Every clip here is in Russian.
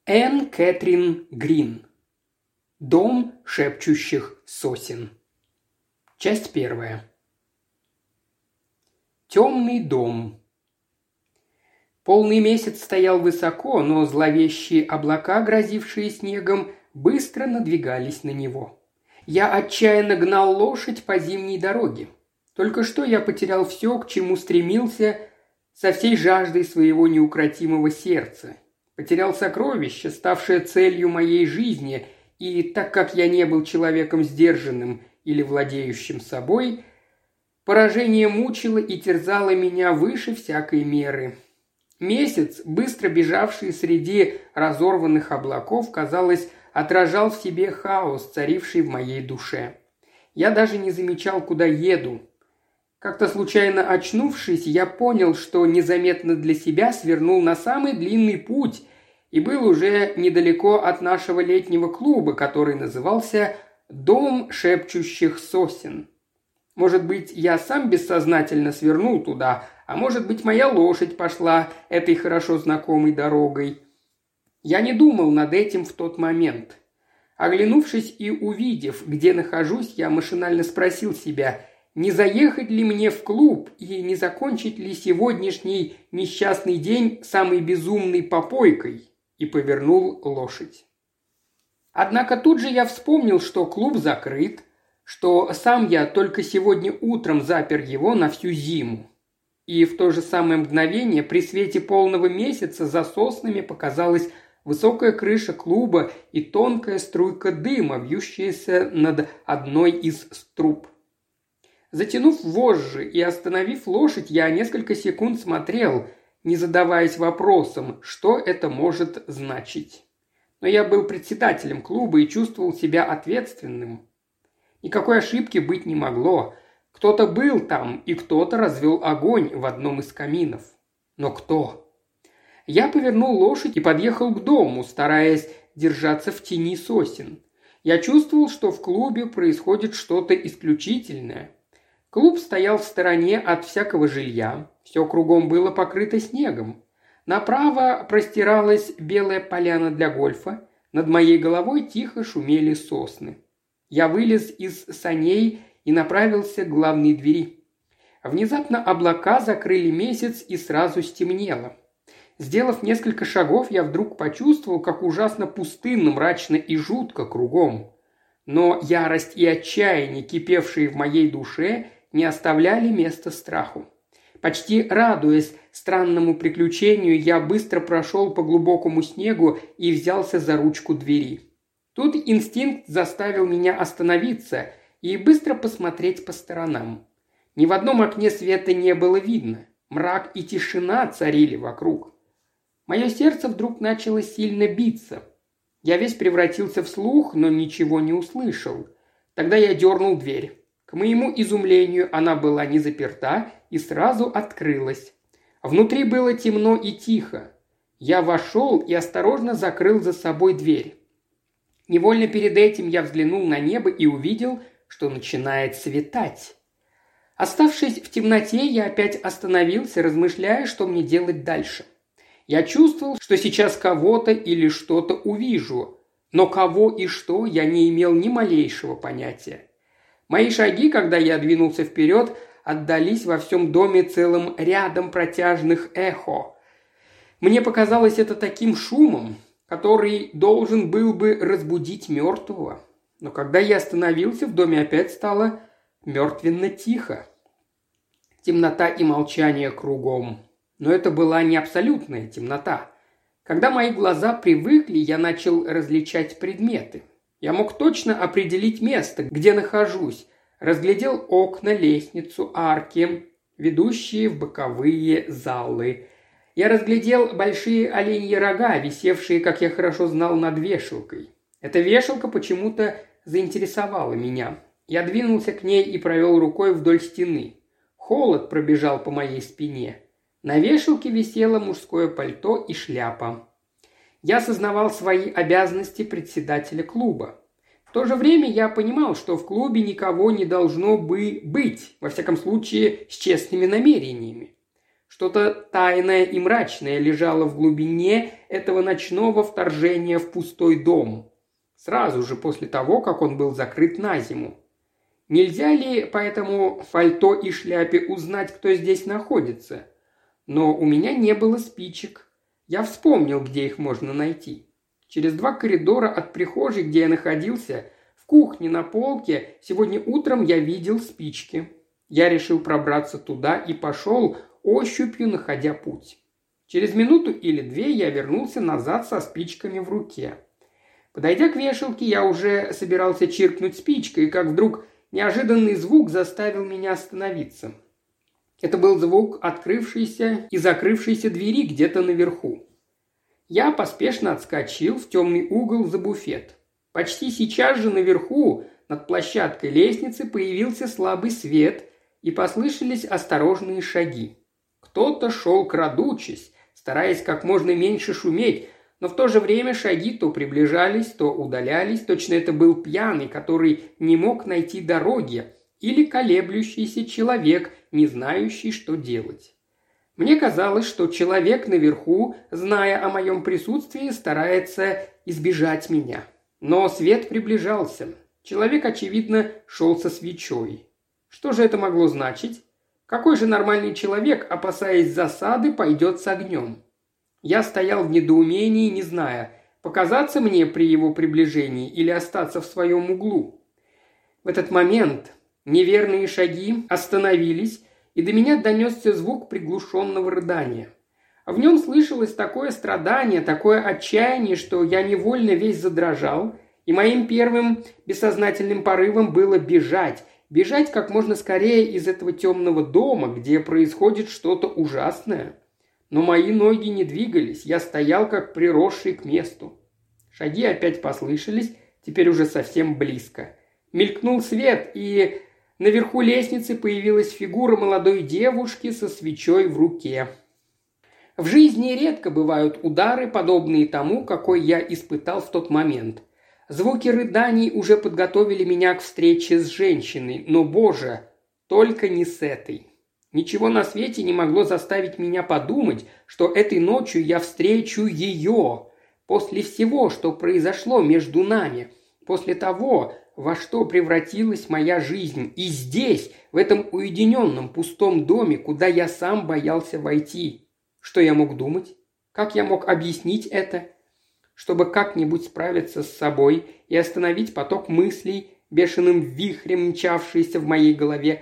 Энн Кэтрин Грин. Дом шепчущих сосен. Часть первая. Темный дом. Полный месяц стоял высоко, но зловещие облака, грозившие снегом, быстро надвигались на него. Я отчаянно гнал лошадь по зимней дороге. Только что я потерял все, к чему стремился со всей жаждой своего неукротимого сердца. Потерял сокровище, ставшее целью моей жизни, и так как я не был человеком сдержанным или владеющим собой, поражение мучило и терзало меня выше всякой меры. Месяц, быстро бежавший среди разорванных облаков, казалось, отражал в себе хаос, царивший в моей душе. Я даже не замечал, куда еду. Как-то случайно очнувшись, я понял, что незаметно для себя свернул на самый длинный путь и был уже недалеко от нашего летнего клуба, который назывался «Дом шепчущих сосен». Может быть, я сам бессознательно свернул туда, а может быть, моя лошадь пошла этой хорошо знакомой дорогой. Я не думал над этим в тот момент. Оглянувшись и увидев, где нахожусь, я машинально спросил себя, не заехать ли мне в клуб и не закончить ли сегодняшний несчастный день самой безумной попойкой, и повернул лошадь. Однако тут же я вспомнил, что клуб закрыт, что сам я только сегодня утром запер его на всю зиму. И в то же самое мгновение при свете полного месяца за соснами показалась высокая крыша клуба и тонкая струйка дыма, вьющаяся над одной из труб. Затянув вожжи и остановив лошадь, я несколько секунд смотрел, не задаваясь вопросом, что это может значить. Но я был председателем клуба и чувствовал себя ответственным. Никакой ошибки быть не могло. Кто-то был там, и кто-то развел огонь в одном из каминов. Но кто? Я повернул лошадь и подъехал к дому, стараясь держаться в тени сосен. Я чувствовал, что в клубе происходит что-то исключительное. Клуб стоял в стороне от всякого жилья, все кругом было покрыто снегом. Направо простиралась белая поляна для гольфа, над моей головой тихо шумели сосны. Я вылез из саней и направился к главной двери. Внезапно облака закрыли месяц и сразу стемнело. Сделав несколько шагов, я вдруг почувствовал, как ужасно пустынно, мрачно и жутко кругом. Но ярость и отчаяние, кипевшие в моей душе, не оставляли места страху. Почти радуясь странному приключению, я быстро прошел по глубокому снегу и взялся за ручку двери. Тут инстинкт заставил меня остановиться и быстро посмотреть по сторонам. Ни в одном окне света не было видно. Мрак и тишина царили вокруг. Мое сердце вдруг начало сильно биться. Я весь превратился в слух, но ничего не услышал. Тогда я дернул дверь. К моему изумлению она была не заперта и сразу открылась. Внутри было темно и тихо. Я вошел и осторожно закрыл за собой дверь. Невольно перед этим я взглянул на небо и увидел, что начинает светать. Оставшись в темноте, я опять остановился, размышляя, что мне делать дальше. Я чувствовал, что сейчас кого-то или что-то увижу, но кого и что я не имел ни малейшего понятия. Мои шаги, когда я двинулся вперед, отдались во всем доме целым рядом протяжных эхо. Мне показалось это таким шумом, который должен был бы разбудить мертвого. Но когда я остановился, в доме опять стало мертвенно тихо. Темнота и молчание кругом. Но это была не абсолютная темнота. Когда мои глаза привыкли, я начал различать предметы. Я мог точно определить место, где нахожусь. Разглядел окна, лестницу, арки, ведущие в боковые залы. Я разглядел большие оленьи рога, висевшие, как я хорошо знал, над вешалкой. Эта вешалка почему-то заинтересовала меня. Я двинулся к ней и провел рукой вдоль стены. Холод пробежал по моей спине. На вешалке висело мужское пальто и шляпа. Я осознавал свои обязанности председателя клуба. В то же время я понимал, что в клубе никого не должно бы быть, во всяком случае, с честными намерениями. Что-то тайное и мрачное лежало в глубине этого ночного вторжения в пустой дом. Сразу же после того, как он был закрыт на зиму. Нельзя ли по этому пальто и шляпе узнать, кто здесь находится? Но у меня не было спичек. Я вспомнил, где их можно найти. Через 2 коридора от прихожей, где я находился, в кухне на полке, сегодня утром я видел спички. Я решил пробраться туда и пошел, ощупью находя путь. Через минуту или 2 я вернулся назад со спичками в руке. Подойдя к вешалке, я уже собирался чиркнуть спичкой, как вдруг неожиданный звук заставил меня остановиться. Это был звук открывшейся и закрывшейся двери где-то наверху. Я поспешно отскочил в темный угол за буфет. Почти сейчас же наверху, над площадкой лестницы, появился слабый свет, и послышались осторожные шаги. Кто-то шел крадучись, стараясь как можно меньше шуметь, но в то же время шаги то приближались, то удалялись, точно это был пьяный, который не мог найти дороги, или колеблющийся человек, не знающий, что делать. Мне казалось, что человек наверху, зная о моем присутствии, старается избежать меня. Но свет приближался. Человек, очевидно, шел со свечой. Что же это могло значить? Какой же нормальный человек, опасаясь засады, пойдет с огнем? Я стоял в недоумении, не зная, показаться мне при его приближении или остаться в своем углу. В этот момент неверные шаги остановились, и до меня донесся звук приглушенного рыдания. В нем слышалось такое страдание, такое отчаяние, что я невольно весь задрожал, и моим первым бессознательным порывом было бежать как можно скорее из этого темного дома, где происходит что-то ужасное. Но мои ноги не двигались, я стоял как приросший к месту. Шаги опять послышались, теперь уже совсем близко. Мелькнул свет, и наверху лестницы появилась фигура молодой девушки со свечой в руке. В жизни редко бывают удары, подобные тому, какой я испытал в тот момент. Звуки рыданий уже подготовили меня к встрече с женщиной, но, Боже, только не с этой. Ничего на свете не могло заставить меня подумать, что этой ночью я встречу ее. После всего, что произошло между нами, после того, во что превратилась моя жизнь, и здесь, в этом уединенном пустом доме, куда я сам боялся войти. Что я мог думать? Как я мог объяснить это? Чтобы как-нибудь справиться с собой и остановить поток мыслей, бешеным вихрем мчавшийся в моей голове,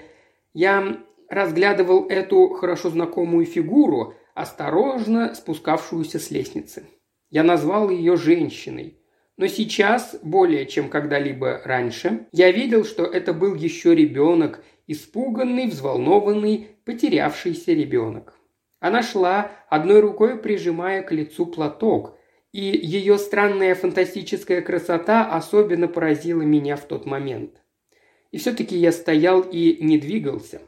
я разглядывал эту хорошо знакомую фигуру, осторожно спускавшуюся с лестницы. Я назвал ее женщиной. Но сейчас, более чем когда-либо раньше, я видел, что это был еще ребенок, испуганный, взволнованный, потерявшийся ребенок. Она шла, одной рукой прижимая к лицу платок, и ее странная фантастическая красота особенно поразила меня в тот момент. И все-таки я стоял и не двигался.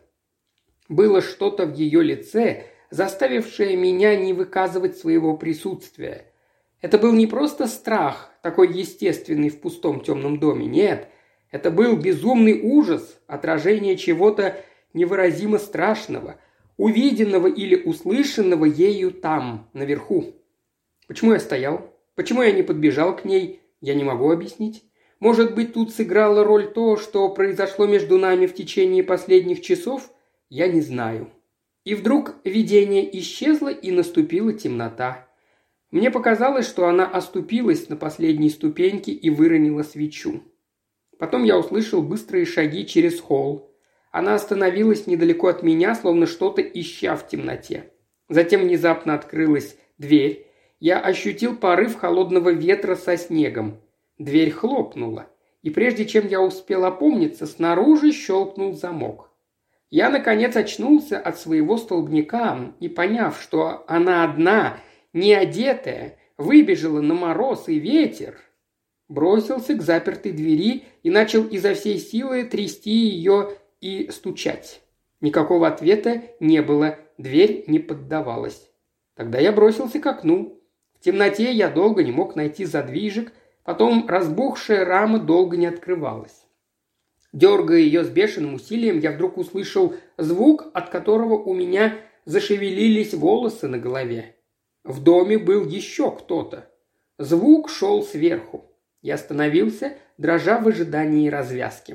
Было что-то в ее лице, заставившее меня не выказывать своего присутствия. Это был не просто страх, такой естественный в пустом темном доме, нет. Это был безумный ужас, отражение чего-то невыразимо страшного, увиденного или услышанного ею там, наверху. Почему я стоял? Почему я не подбежал к ней? Я не могу объяснить. Может быть, тут сыграло роль то, что произошло между нами в течение последних часов? Я не знаю. И вдруг видение исчезло, и наступила темнота. Мне показалось, что она оступилась на последней ступеньке и выронила свечу. Потом я услышал быстрые шаги через холл. Она остановилась недалеко от меня, словно что-то ища в темноте. Затем внезапно открылась дверь. Я ощутил порыв холодного ветра со снегом. Дверь хлопнула, и прежде чем я успел опомниться, снаружи щелкнул замок. Я, наконец, очнулся от своего столбняка и, поняв, что она одна, не одетая, выбежала на мороз и ветер, бросился к запертой двери и начал изо всей силы трясти ее и стучать. Никакого ответа не было, дверь не поддавалась. Тогда я бросился к окну. В темноте я долго не мог найти задвижек, потом разбухшая рама долго не открывалась. Дергая ее с бешеным усилием, я вдруг услышал звук, от которого у меня зашевелились волосы на голове. В доме был еще кто-то. Звук шел сверху. Я остановился, дрожа в ожидании развязки.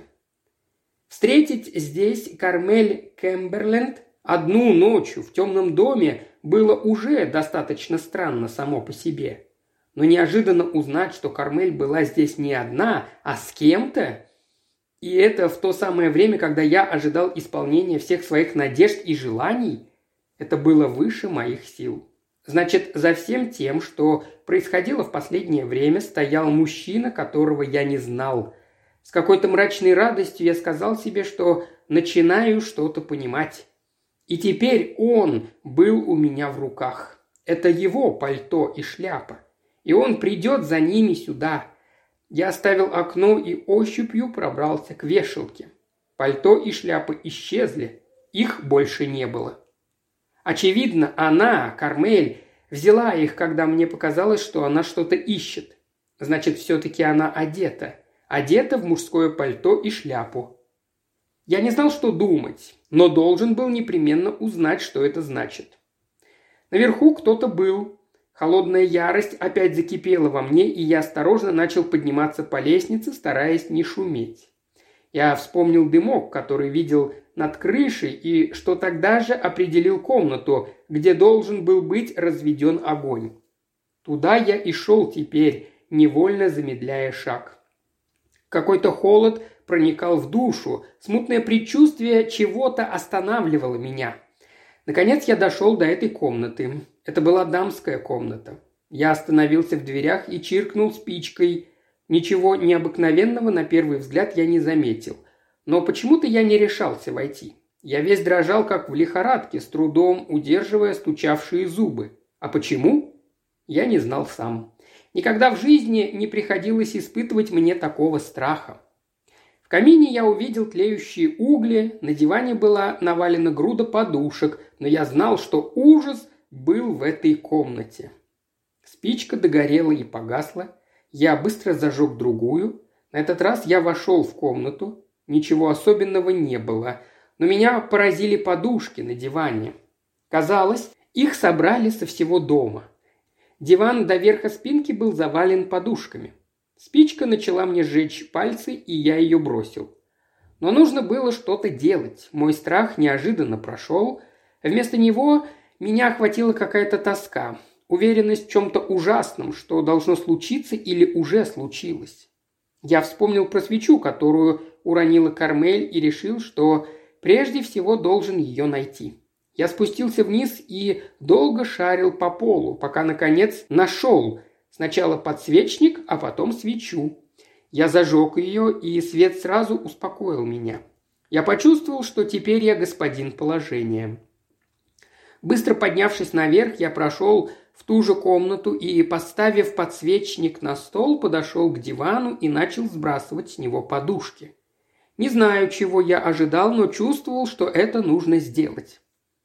Встретить здесь Кармель Кэмберленд одну ночью в темном доме было уже достаточно странно само по себе. Но неожиданно узнать, что Кармель была здесь не одна, а с кем-то, и это в то самое время, когда я ожидал исполнения всех своих надежд и желаний, это было выше моих сил. Значит, за всем тем, что происходило в последнее время, стоял мужчина, которого я не знал. С какой-то мрачной радостью я сказал себе, что начинаю что-то понимать. И теперь он был у меня в руках. Это его пальто и шляпа. И он придет за ними сюда. Я оставил окно и ощупью пробрался к вешалке. Пальто и шляпа исчезли. Их больше не было. Очевидно, она, Кармель, взяла их, когда мне показалось, что она что-то ищет. Значит, все-таки она одета. Одета в мужское пальто и шляпу. Я не знал, что думать, но должен был непременно узнать, что это значит. Наверху кто-то был. Холодная ярость опять закипела во мне, и я осторожно начал подниматься по лестнице, стараясь не шуметь. Я вспомнил дымок, который видел над крышей, и что тогда же определил комнату, где должен был быть разведен огонь. Туда я и шел теперь, невольно замедляя шаг. Какой-то холод проникал в душу, смутное предчувствие чего-то останавливало меня. Наконец я дошел до этой комнаты. Это была дамская комната. Я остановился в дверях и чиркнул спичкой. Ничего необыкновенного на первый взгляд я не заметил. Но почему-то я не решался войти. Я весь дрожал, как в лихорадке, с трудом удерживая стучавшие зубы. А почему? Я не знал сам. Никогда в жизни не приходилось испытывать мне такого страха. В камине я увидел тлеющие угли, на диване была навалена груда подушек, но я знал, что ужас был в этой комнате. Спичка догорела и погасла. Я быстро зажег другую. На этот раз я вошел в комнату. Ничего особенного не было, но меня поразили подушки на диване. Казалось, их собрали со всего дома. Диван до верха спинки был завален подушками. Спичка начала мне сжечь пальцы, и я ее бросил. Но нужно было что-то делать. Мой страх неожиданно прошел. Вместо него меня охватила какая-то тоска, уверенность в чем-то ужасном, что должно случиться или уже случилось. Я вспомнил про свечу, которую уронила Кармель, и решил, что прежде всего должен ее найти. Я спустился вниз и долго шарил по полу, пока, наконец, нашел сначала подсвечник, а потом свечу. Я зажег ее, и свет сразу успокоил меня. Я почувствовал, что теперь я господин положения. Быстро поднявшись наверх, я прошел в ту же комнату и, поставив подсвечник на стол, подошел к дивану и начал сбрасывать с него подушки. Не знаю, чего я ожидал, но чувствовал, что это нужно сделать.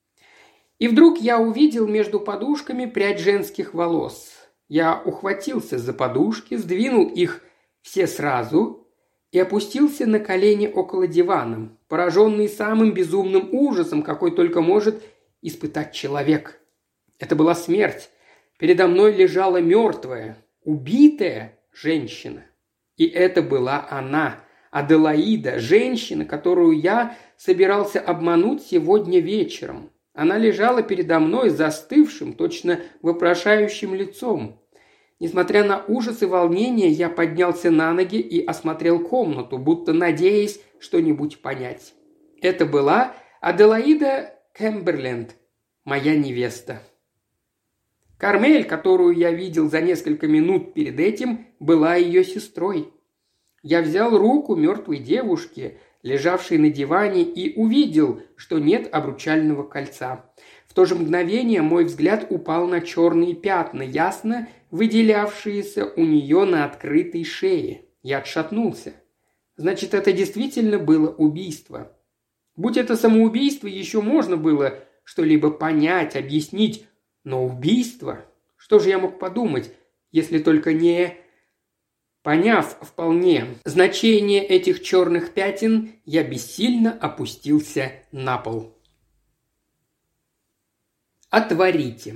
И вдруг я увидел между подушками прядь женских волос. Я ухватился за подушки, сдвинул их все сразу и опустился на колени около дивана, пораженный самым безумным ужасом, какой только может испытать человек. Это была смерть. Передо мной лежала мертвая, убитая женщина. И это была она, Аделаида, женщина, которую я собирался обмануть сегодня вечером. Она лежала передо мной застывшим, точно вопрошающим лицом. Несмотря на ужас и волнение, я поднялся на ноги и осмотрел комнату, будто надеясь что-нибудь понять. Это была Аделаида Кэмберленд, моя невеста. Кармель, которую я видел за несколько минут перед этим, была ее сестрой. Я взял руку мертвой девушки, лежавшей на диване, и увидел, что нет обручального кольца. В то же мгновение мой взгляд упал на черные пятна, ясно выделявшиеся у нее на открытой шее. Я отшатнулся. Значит, это действительно было убийство. Будь это самоубийство, еще можно было что-либо понять, объяснить. Но убийство? Что же я мог подумать, если только не... Поняв вполне значение этих черных пятен, я бессильно опустился на пол. Отворите.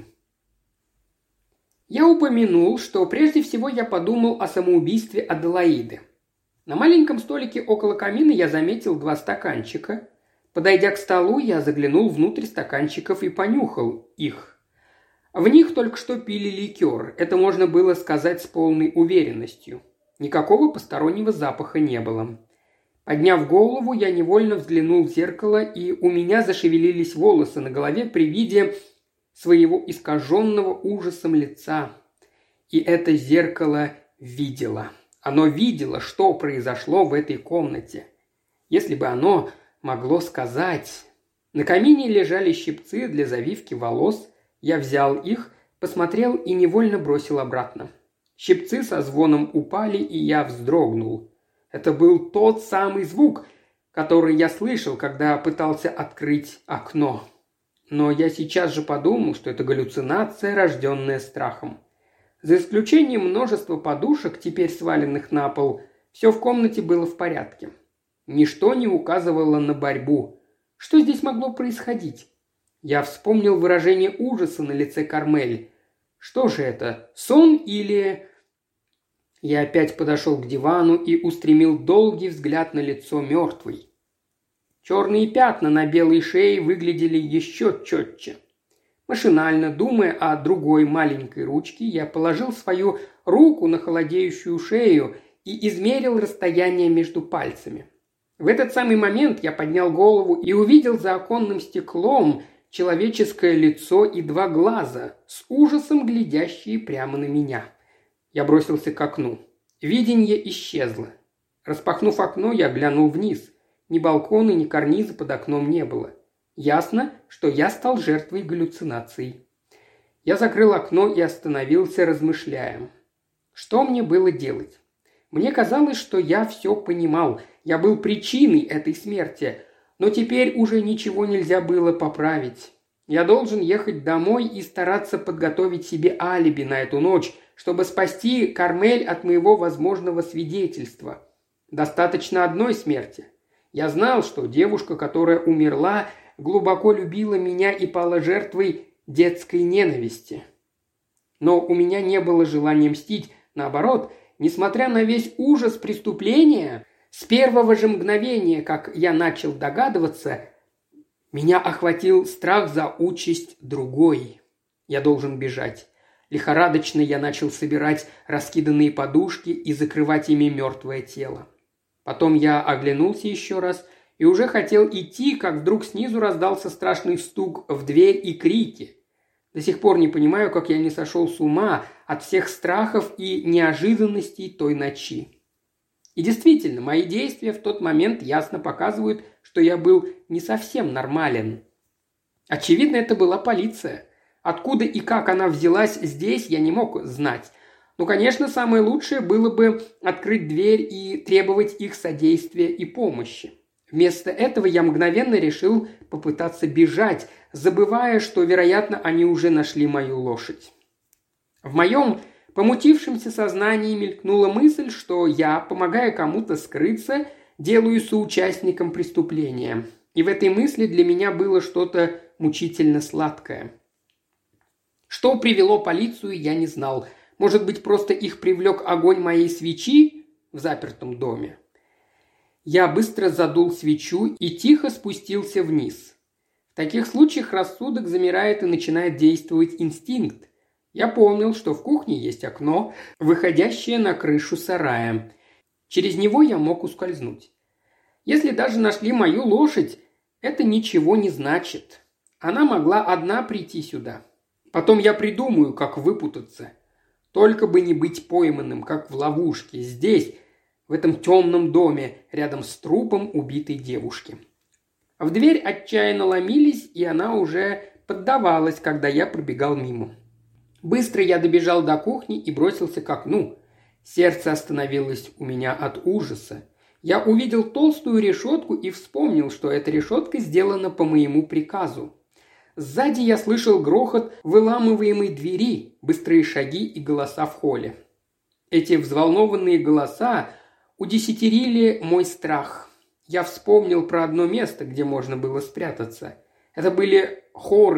Я упомянул, что прежде всего я подумал о самоубийстве Аделаиды. На маленьком столике около камина я заметил 2 стаканчика. Подойдя к столу, я заглянул внутрь стаканчиков и понюхал их. В них только что пили ликер. Это можно было сказать с полной уверенностью. Никакого постороннего запаха не было. Подняв голову, я невольно взглянул в зеркало, и у меня зашевелились волосы на голове при виде своего искаженного ужасом лица. И это зеркало видело. Оно видело, что произошло в этой комнате. Если бы оно могло сказать... На камине лежали щипцы для завивки волос. Я взял их, посмотрел и невольно бросил обратно. Щипцы со звоном упали, и я вздрогнул. Это был тот самый звук, который я слышал, когда пытался открыть окно. Но я сейчас же подумал, что это галлюцинация, рожденная страхом. За исключением множества подушек, теперь сваленных на пол, все в комнате было в порядке. Ничто не указывало на борьбу. Что здесь могло происходить? Я вспомнил выражение ужаса на лице Кармель. Что же это, сон или... Я опять подошел к дивану и устремил долгий взгляд на лицо мертвой. Черные пятна на белой шее выглядели еще четче. Машинально, думая о другой маленькой ручке, я положил свою руку на холодеющую шею и измерил расстояние между пальцами. В этот самый момент я поднял голову и увидел за оконным стеклом человеческое лицо и 2 глаза, с ужасом глядящие прямо на меня. Я бросился к окну. Видение исчезло. Распахнув окно, я глянул вниз. Ни балкона, ни карниза под окном не было. Ясно, что я стал жертвой галлюцинаций. Я закрыл окно и остановился, размышляя. Что мне было делать? Мне казалось, что я все понимал. Я был причиной этой смерти. Но теперь уже ничего нельзя было поправить. Я должен ехать домой и стараться подготовить себе алиби на эту ночь, чтобы спасти Кармель от моего возможного свидетельства. Достаточно одной смерти. Я знал, что девушка, которая умерла, глубоко любила меня и пала жертвой детской ненависти. Но у меня не было желания мстить. Наоборот, несмотря на весь ужас преступления, с первого же мгновения, как я начал догадываться, меня охватил страх за участь другой. Я должен бежать. Лихорадочно я начал собирать раскиданные подушки и закрывать ими мертвое тело. Потом я оглянулся еще раз и уже хотел идти, как вдруг снизу раздался страшный стук в дверь и крики. До сих пор не понимаю, как я не сошел с ума от всех страхов и неожиданностей той ночи. И действительно, мои действия в тот момент ясно показывают, что я был не совсем нормален. Очевидно, это была полиция. Откуда и как она взялась здесь, я не мог знать. Ну, конечно, самое лучшее было бы открыть дверь и требовать их содействия и помощи. Вместо этого я мгновенно решил попытаться бежать, забывая, что, вероятно, они уже нашли мою лошадь. В моем помутившемся сознании мелькнула мысль, что я, помогая кому-то скрыться, делаю соучастником преступления. И в этой мысли для меня было что-то мучительно сладкое. Что привело полицию, я не знал. Может быть, просто их привлек огонь моей свечи в запертом доме? Я быстро задул свечу и тихо спустился вниз. В таких случаях рассудок замирает и начинает действовать инстинкт. Я помнил, что в кухне есть окно, выходящее на крышу сарая. Через него я мог ускользнуть. Если даже нашли мою лошадь, это ничего не значит. Она могла одна прийти сюда. Потом я придумаю, как выпутаться. Только бы не быть пойманным, как в ловушке, здесь, в этом темном доме, рядом с трупом убитой девушки. В дверь отчаянно ломились, и она уже поддавалась, когда я пробегал мимо. Быстро я добежал до кухни и бросился к окну. Сердце остановилось у меня от ужаса. Я увидел толстую решетку и вспомнил, что эта решетка сделана по моему приказу. Сзади я слышал грохот выламываемой двери, быстрые шаги и голоса в холле. Эти взволнованные голоса удесятерили мой страх. Я вспомнил про одно место, где можно было спрятаться. Это были хоры,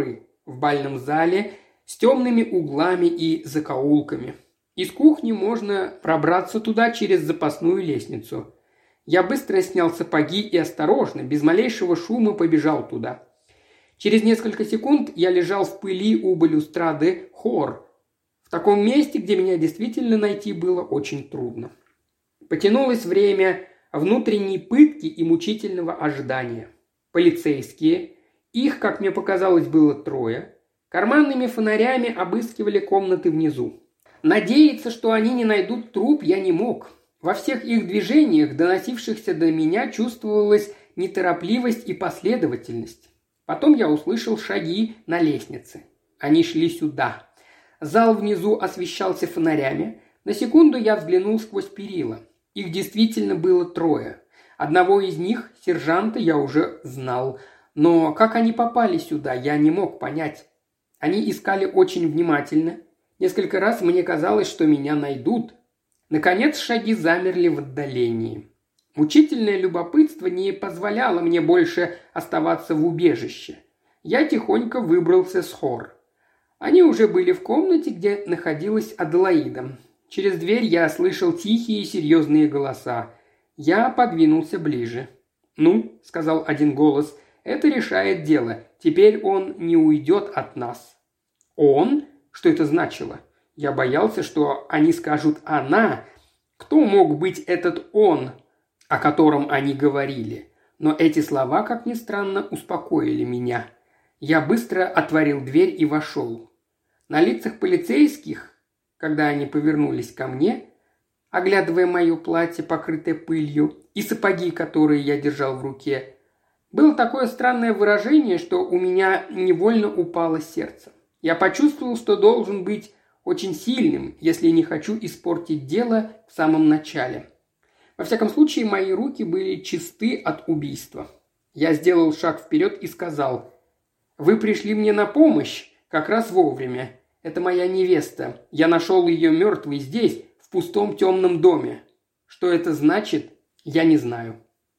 в бальном зале с темными углами и закоулками. Из кухни можно пробраться туда через запасную лестницу. Я быстро снял сапоги и осторожно, без малейшего шума, побежал туда. Через несколько секунд я лежал в пыли у балюстрады хор, в таком месте, где меня действительно найти было очень трудно. Потянулось время внутренней пытки и мучительного ожидания. Полицейские, их, как мне показалось, было 3, карманными фонарями обыскивали комнаты внизу. Надеяться, что они не найдут труп, я не мог. Во всех их движениях, доносившихся до меня, чувствовалась неторопливость и последовательность. Потом я услышал шаги на лестнице. Они шли сюда. Зал внизу освещался фонарями. На секунду я взглянул сквозь перила. Их действительно было 3. Одного из них, сержанта, я уже знал. Но как они попали сюда, я не мог понять. Они искали очень внимательно. Несколько раз мне казалось, что меня найдут. Наконец шаги замерли в отдалении. Мучительное любопытство не позволяло мне больше оставаться в убежище. Я тихонько выбрался с хор. Они уже были в комнате, где находилась Аделаида. Через дверь я слышал тихие и серьезные голоса. Я подвинулся ближе. «Ну», — сказал один голос, — «это решает дело. Теперь он не уйдет от нас». «Он?» Что это значило? Я боялся, что они скажут «она». Кто мог быть этот «он», о котором они говорили? Но эти слова, как ни странно, успокоили меня. Я быстро отворил дверь и вошел. На лицах полицейских, когда они повернулись ко мне, оглядывая мое платье, покрытое пылью, и сапоги, которые я держал в руке, было такое странное выражение, что у меня невольно упало сердце. Я почувствовал, что должен быть очень сильным, если не хочу испортить дело в самом начале. Во всяком случае, мои руки были чисты от убийства. Я сделал шаг вперед и сказал: «Вы пришли мне на помощь как раз вовремя. Это моя невеста. Я нашел ее мертвой здесь, в пустом темном доме. Что это значит, я не знаю».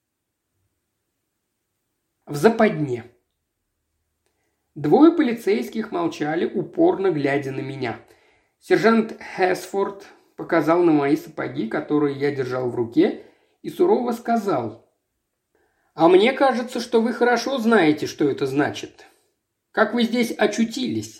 В западне. 2 полицейских молчали, упорно глядя на меня. Сержант Хэсфорд показал на мои сапоги, которые я держал в руке, и сурово сказал: «А мне кажется, что вы хорошо знаете, что это значит. Как вы здесь очутились?»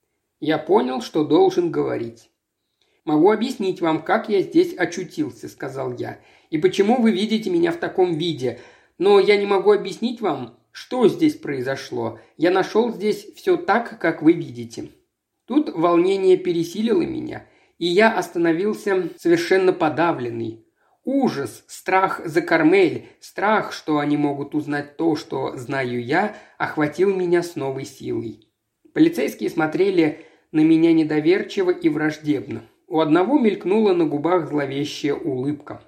Я понял, что должен говорить. «Могу объяснить вам, как я здесь очутился», — сказал я, «и почему вы видите меня в таком виде. Но я не могу объяснить вам, что здесь произошло. Я нашел здесь все так, как вы видите». Тут волнение пересилило меня, и я остановился совершенно подавленный. Ужас, страх за Кармель, страх, что они могут узнать то, что знаю я, охватил меня с новой силой. Полицейские смотрели на меня недоверчиво и враждебно. У одного мелькнула на губах зловещая улыбка.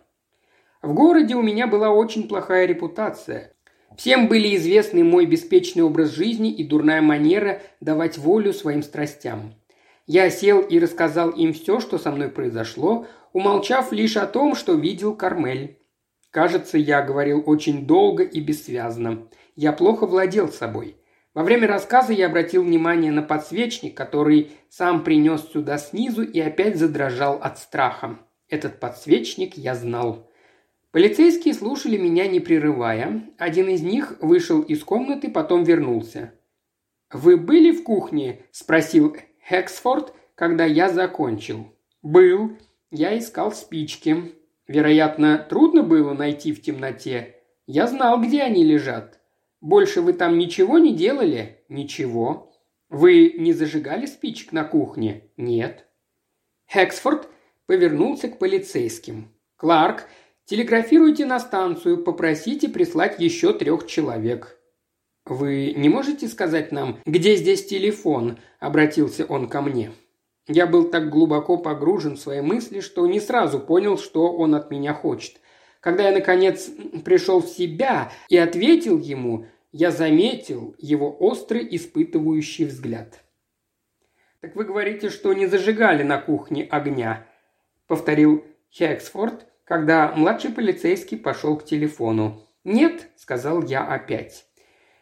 В городе у меня была очень плохая репутация. Всем были известны мой беспечный образ жизни и дурная манера давать волю своим страстям. Я сел и рассказал им все, что со мной произошло, умолчав лишь о том, что видел Кармель. Кажется, я говорил очень долго и бессвязно. Я плохо владел собой. Во время рассказа я обратил внимание на подсвечник, который сам принес сюда снизу и опять задрожал от страха. Этот подсвечник я знал. Полицейские слушали меня, не прерывая. Один из них вышел из комнаты, потом вернулся. «Вы были в кухне?» – спросил Хэксфорд, когда я закончил. «Был. Я искал спички. Вероятно, трудно было найти в темноте. Я знал, где они лежат. Больше вы там ничего не делали?» «Ничего». «Вы не зажигали спичек на кухне?» «Нет». Хэксфорд повернулся к полицейским. «Кларк, телеграфируйте на станцию, попросите прислать еще 3 человек». «Вы не можете сказать нам, где здесь телефон?» – обратился он ко мне. Я был так глубоко погружен в свои мысли, что не сразу понял, что он от меня хочет. Когда я, наконец, пришел в себя и ответил ему, я заметил его острый испытывающий взгляд. «Так вы говорите, что не зажигали на кухне огня?» – повторил Хэксфорд, когда младший полицейский пошел к телефону. «Нет», – сказал я опять.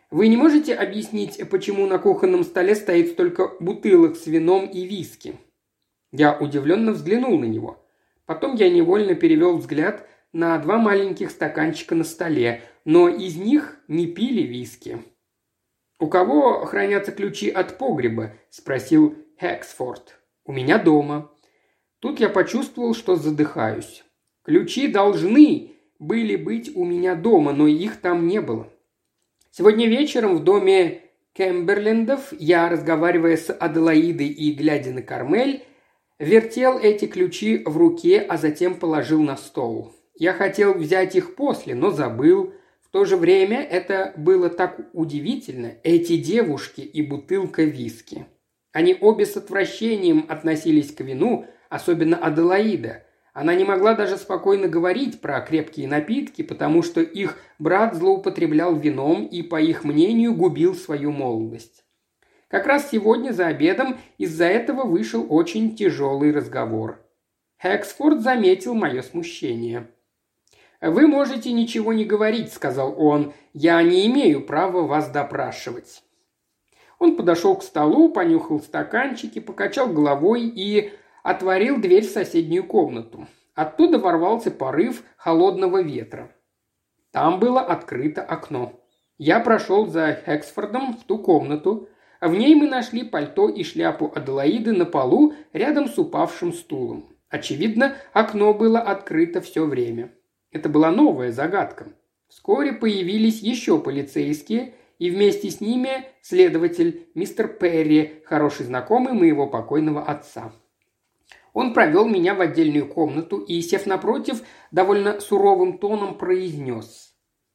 Вы не можете объяснить, почему на кухонном столе стоит столько бутылок с вином и виски?» Я удивленно взглянул на него. Потом я невольно перевел взгляд на 2 маленьких стаканчика на столе, но из них не пили виски. «У кого хранятся ключи от погреба?» – спросил Хэксфорд. «У меня дома». Тут я почувствовал, что задыхаюсь. Ключи должны были быть у меня дома, но их там не было. Сегодня вечером в доме Кэмберлендов я, разговаривая с Аделаидой и глядя на Кармель, вертел эти ключи в руке, а затем положил на стол. Я хотел взять их после, но забыл. В то же время это было так удивительно, эти девушки и бутылка виски. Они обе с отвращением относились к вину, особенно Аделаида. Она не могла даже спокойно говорить про крепкие напитки, потому что их брат злоупотреблял вином и, по их мнению, губил свою молодость. Как раз сегодня за обедом из-за этого вышел очень тяжелый разговор. Хэксфорд заметил мое смущение. «Вы можете ничего не говорить», — сказал он. «Я не имею права вас допрашивать». Он подошел к столу, понюхал стаканчики, покачал головой и отворил дверь в соседнюю комнату. Оттуда ворвался порыв холодного ветра. Там было открыто окно. Я прошел за Хэксфордом в ту комнату. В ней мы нашли пальто и шляпу Аделаиды на полу рядом с упавшим стулом. Очевидно, окно было открыто все время. Это была новая загадка. Вскоре появились еще полицейские, и вместе с ними следователь мистер Перри, хороший знакомый моего покойного отца. Он провел меня в отдельную комнату и, сев напротив, довольно суровым тоном произнес: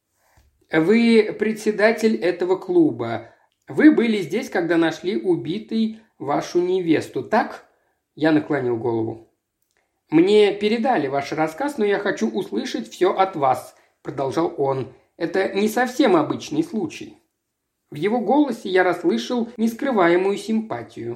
«Вы председатель этого клуба. Вы были здесь, когда нашли убитой вашу невесту, так?» Я наклонил голову. «Мне передали ваш рассказ, но я хочу услышать все от вас», – продолжал он. «Это не совсем обычный случай». В его голосе я расслышал нескрываемую симпатию.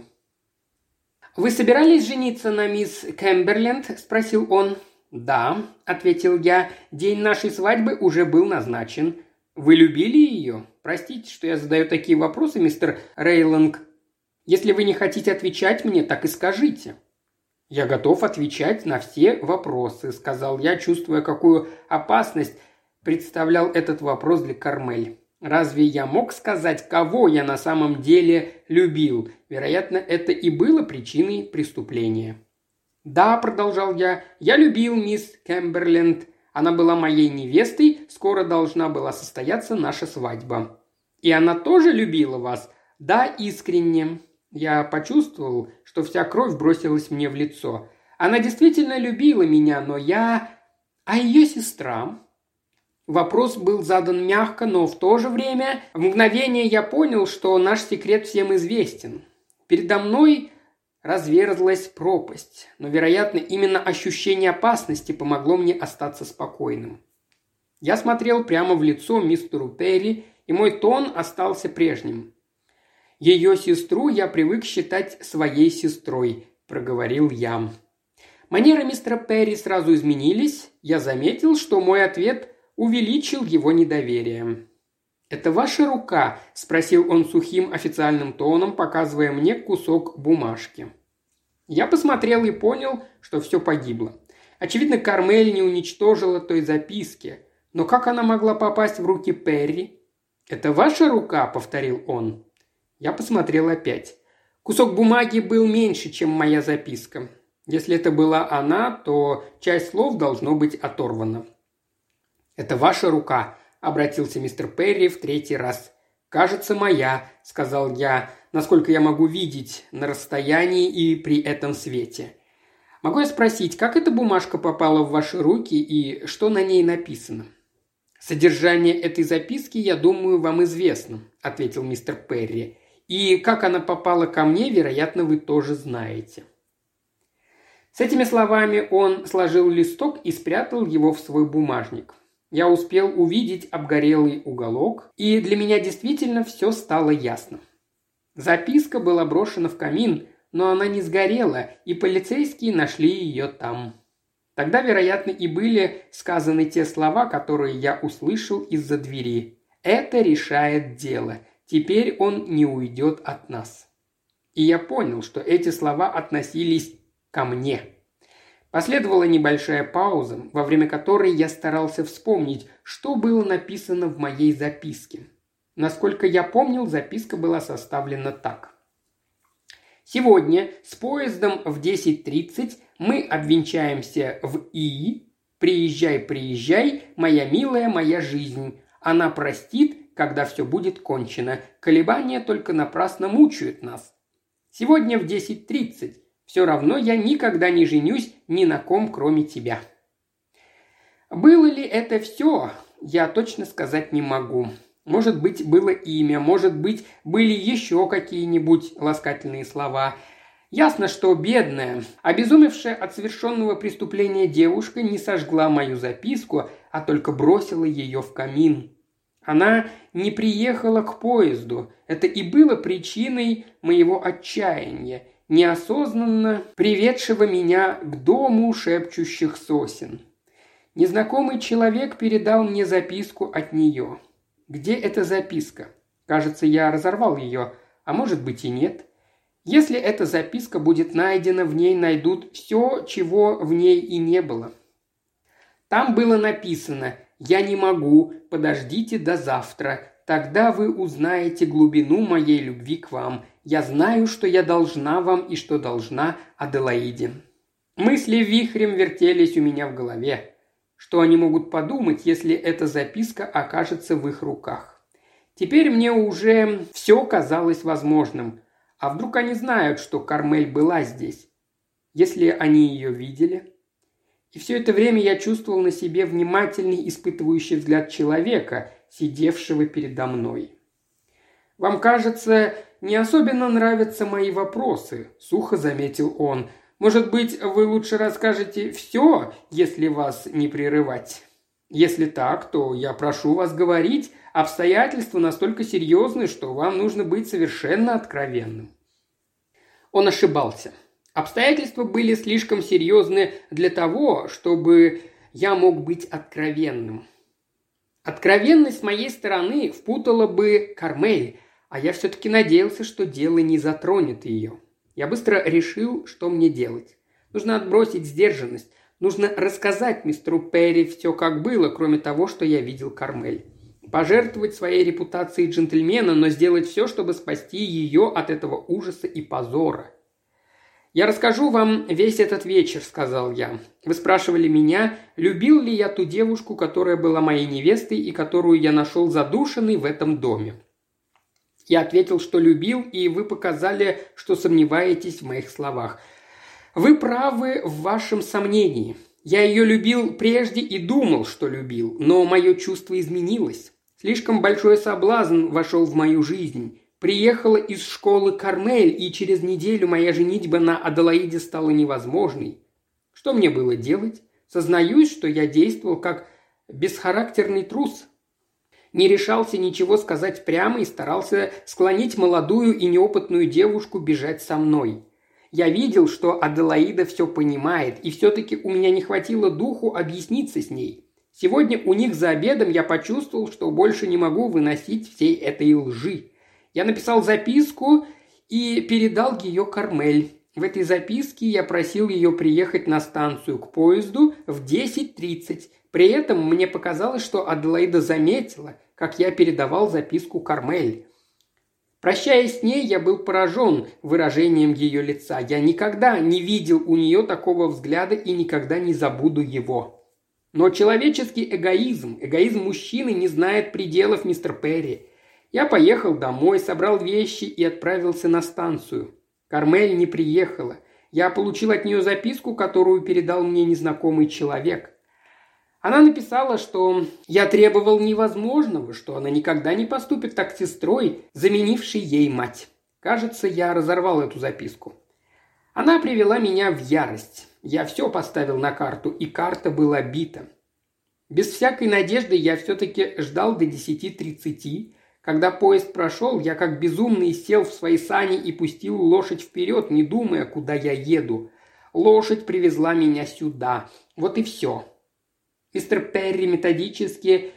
«Вы собирались жениться на мисс Кэмберленд?» – спросил он. «Да», – ответил я, – «день нашей свадьбы уже был назначен». «Вы любили ее? Простите, что я задаю такие вопросы, мистер Рейланг. Если вы не хотите отвечать мне, так и скажите». «Я готов отвечать на все вопросы», – сказал я, чувствуя, какую опасность представлял этот вопрос для Кармель. Разве я мог сказать, кого я на самом деле любил? Вероятно, это и было причиной преступления. «Да», – продолжал я любил мисс Кэмберленд. Она была моей невестой, скоро должна была состояться наша свадьба». «И она тоже любила вас?» «Да, искренне». Я почувствовал, что вся кровь бросилась мне в лицо. Она действительно любила меня, но я... А ее сестра? Вопрос был задан мягко, но в то же время в мгновение я понял, что наш секрет всем известен. Передо мной разверзлась пропасть, но, вероятно, именно ощущение опасности помогло мне остаться спокойным. Я смотрел прямо в лицо мистеру Перри, и мой тон остался прежним. «Ее сестру я привык считать своей сестрой», – проговорил я. Манеры мистера Перри сразу изменились. Я заметил, что мой ответ увеличил его недоверие. «Это ваша рука?» – спросил он сухим официальным тоном, показывая мне кусок бумажки. Я посмотрел и понял, что все погибло. Очевидно, Кармель не уничтожила той записки. Но как она могла попасть в руки Перри? «Это ваша рука?» – повторил он. Я посмотрел опять. Кусок бумаги был меньше, чем моя записка. Если это была она, то часть слов должно быть оторвана. «Это ваша рука», – обратился мистер Перри в 3-й раз. «Кажется, моя», – сказал я, насколько я могу видеть на расстоянии и при этом свете. «Могу я спросить, как эта бумажка попала в ваши руки и что на ней написано?» «Содержание этой записки, я думаю, вам известно», – ответил мистер Перри. «И как она попала ко мне, вероятно, вы тоже знаете». С этими словами он сложил листок и спрятал его в свой бумажник. Я успел увидеть обгорелый уголок, и для меня действительно все стало ясно. Записка была брошена в камин, но она не сгорела, и полицейские нашли ее там. Тогда, вероятно, и были сказаны те слова, которые я услышал из-за двери. Это решает дело. Теперь он не уйдет от нас». И я понял, что эти слова относились ко мне. Последовала небольшая пауза, во время которой я старался вспомнить, что было написано в моей записке. Насколько я помнил, записка была составлена так. «Сегодня с поездом в 10:30 мы обвенчаемся в Ии. Приезжай, приезжай, моя милая, моя жизнь. Она простит, когда все будет кончено. Колебания только напрасно мучают нас. Сегодня в 10:30. Все равно я никогда не женюсь ни на ком, кроме тебя». Было ли это все, я точно сказать не могу. Может быть, было имя, может быть, были еще какие-нибудь ласкательные слова. Ясно, что бедная, обезумевшая от совершенного преступления девушка не сожгла мою записку, а только бросила ее в камин. Она не приехала к поезду. Это и было причиной моего отчаяния, неосознанно приведшего меня к дому шепчущих сосен. Незнакомый человек передал мне записку от нее. Где эта записка? Кажется, я разорвал ее, а может быть и нет. Если эта записка будет найдена, в ней найдут все, чего в ней и не было. Там было написано: «Я не могу, подождите до завтра, тогда вы узнаете глубину моей любви к вам. Я знаю, что я должна вам и что должна Аделаиде». Мысли вихрем вертелись у меня в голове. Что они могут подумать, если эта записка окажется в их руках? Теперь мне уже все казалось возможным. А вдруг они знают, что Кармель была здесь? Если они ее видели? И все это время я чувствовал на себе внимательный, испытывающий взгляд человека, сидевшего передо мной. «Вам, кажется, не особенно нравятся мои вопросы», – сухо заметил он. «Может быть, вы лучше расскажете все, если вас не прерывать? Если так, то я прошу вас говорить. Обстоятельства настолько серьезны, что вам нужно быть совершенно откровенным». Он ошибался. Обстоятельства были слишком серьезны для того, чтобы я мог быть откровенным. Откровенность с моей стороны впутала бы Кармель, а я все-таки надеялся, что дело не затронет ее. Я быстро решил, что мне делать. Нужно отбросить сдержанность. Нужно рассказать мистеру Перри все, как было, кроме того, что я видел Кармель. Пожертвовать своей репутацией джентльмена, но сделать все, чтобы спасти ее от этого ужаса и позора. «Я расскажу вам весь этот вечер», — сказал я. «Вы спрашивали меня, любил ли я ту девушку, которая была моей невестой и которую я нашел задушенной в этом доме. Я ответил, что любил, и вы показали, что сомневаетесь в моих словах. Вы правы в вашем сомнении. Я ее любил прежде и думал, что любил, но мое чувство изменилось. Слишком большой соблазн вошел в мою жизнь. Приехала из школы Кармель, и через неделю моя женитьба на Аделаиде стала невозможной. Что мне было делать? Сознаюсь, что я действовал как бесхарактерный трус. Не решался ничего сказать прямо и старался склонить молодую и неопытную девушку бежать со мной. Я видел, что Аделаида все понимает, и все-таки у меня не хватило духу объясниться с ней. Сегодня у них за обедом я почувствовал, что больше не могу выносить всей этой лжи. Я написал записку и передал ее Кармель. В этой записке я просил ее приехать на станцию к поезду в 10:30. При этом мне показалось, что Аделаида заметила, как я передавал записку Кармель. Прощаясь с ней, я был поражен выражением ее лица. Я никогда не видел у нее такого взгляда и никогда не забуду его. Но человеческий эгоизм мужчины не знает пределов, мистер Перри. Я поехал домой, собрал вещи и отправился на станцию. Кармель не приехала. Я получил от нее записку, которую передал мне незнакомый человек. Она написала, что я требовал невозможного, что она никогда не поступит так с сестрой, заменившей ей мать. Кажется, я разорвал эту записку. Она привела меня в ярость. Я все поставил на карту, и карта была бита. Без всякой надежды я все-таки ждал до 10:30. Когда поезд прошел, я как безумный сел в свои сани и пустил лошадь вперед, не думая, куда я еду. Лошадь привезла меня сюда. Вот и все. Мистер Перри методически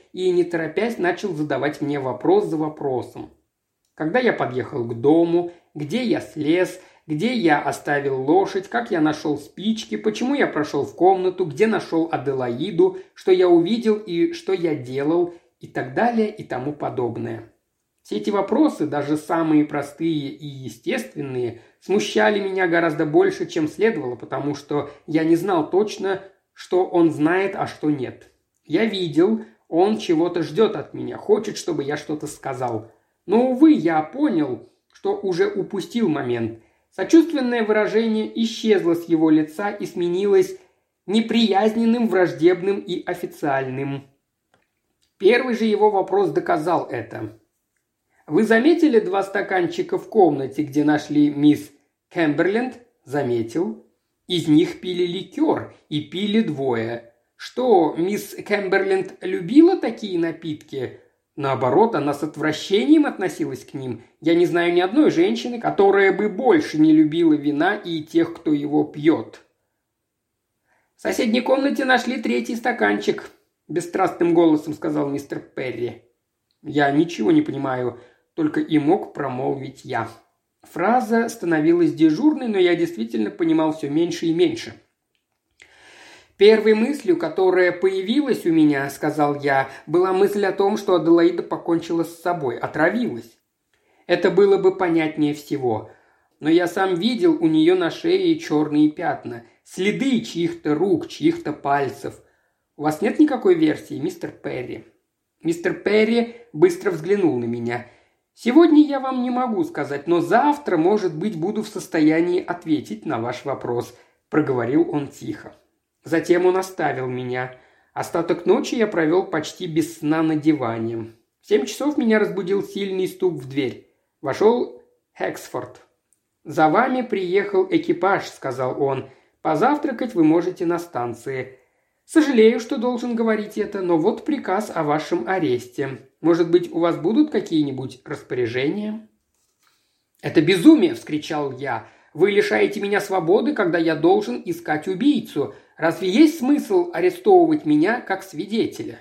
и, не торопясь, начал задавать мне вопрос за вопросом. Когда я подъехал к дому, где я слез, где я оставил лошадь, как я нашел спички, почему я прошел в комнату, где нашел Аделаиду, что я увидел и что я делал, и так далее и тому подобное. Все эти вопросы, даже самые простые и естественные, смущали меня гораздо больше, чем следовало, потому что я не знал точно, что он знает, а что нет. Я видел, он чего-то ждет от меня, хочет, чтобы я что-то сказал. Но, увы, я понял, что уже упустил момент. Сочувственное выражение исчезло с его лица и сменилось неприязненным, враждебным и официальным. Первый же его вопрос доказал это. «Вы заметили 2 стаканчика в комнате, где нашли мисс Кэмберленд?» «Заметил. Из них пили ликер, и пили 2. Что, мисс Кэмберленд любила такие напитки?» «Наоборот, она с отвращением относилась к ним. Я не знаю ни одной женщины, которая бы больше не любила вина и тех, кто его пьет». «В соседней комнате нашли 3-й стаканчик», – бесстрастным голосом сказал мистер Перри. «Я ничего не понимаю», – только и мог промолвить я. Фраза становилась дежурной, но я действительно понимал все меньше и меньше. «Первой мыслью, которая появилась у меня, — сказал я, — была мысль о том, что Аделаида покончила с собой, отравилась. Это было бы понятнее всего. Но я сам видел у нее на шее черные пятна, следы чьих-то рук, чьих-то пальцев. У вас нет никакой версии, мистер Перри?» Мистер Перри быстро взглянул на меня. «Сегодня я вам не могу сказать, но завтра, может быть, буду в состоянии ответить на ваш вопрос», – проговорил он тихо. Затем он оставил меня. Остаток ночи я провел почти без сна на диване. В 7 часов меня разбудил сильный стук в дверь. Вошел Хэксфорд. «За вами приехал экипаж», – сказал он. «Позавтракать вы можете на станции. Сожалею, что должен говорить это, но вот приказ о вашем аресте. Может быть, у вас будут какие-нибудь распоряжения?» «Это безумие!» – вскричал я. «Вы лишаете меня свободы, когда я должен искать убийцу. Разве есть смысл арестовывать меня как свидетеля?»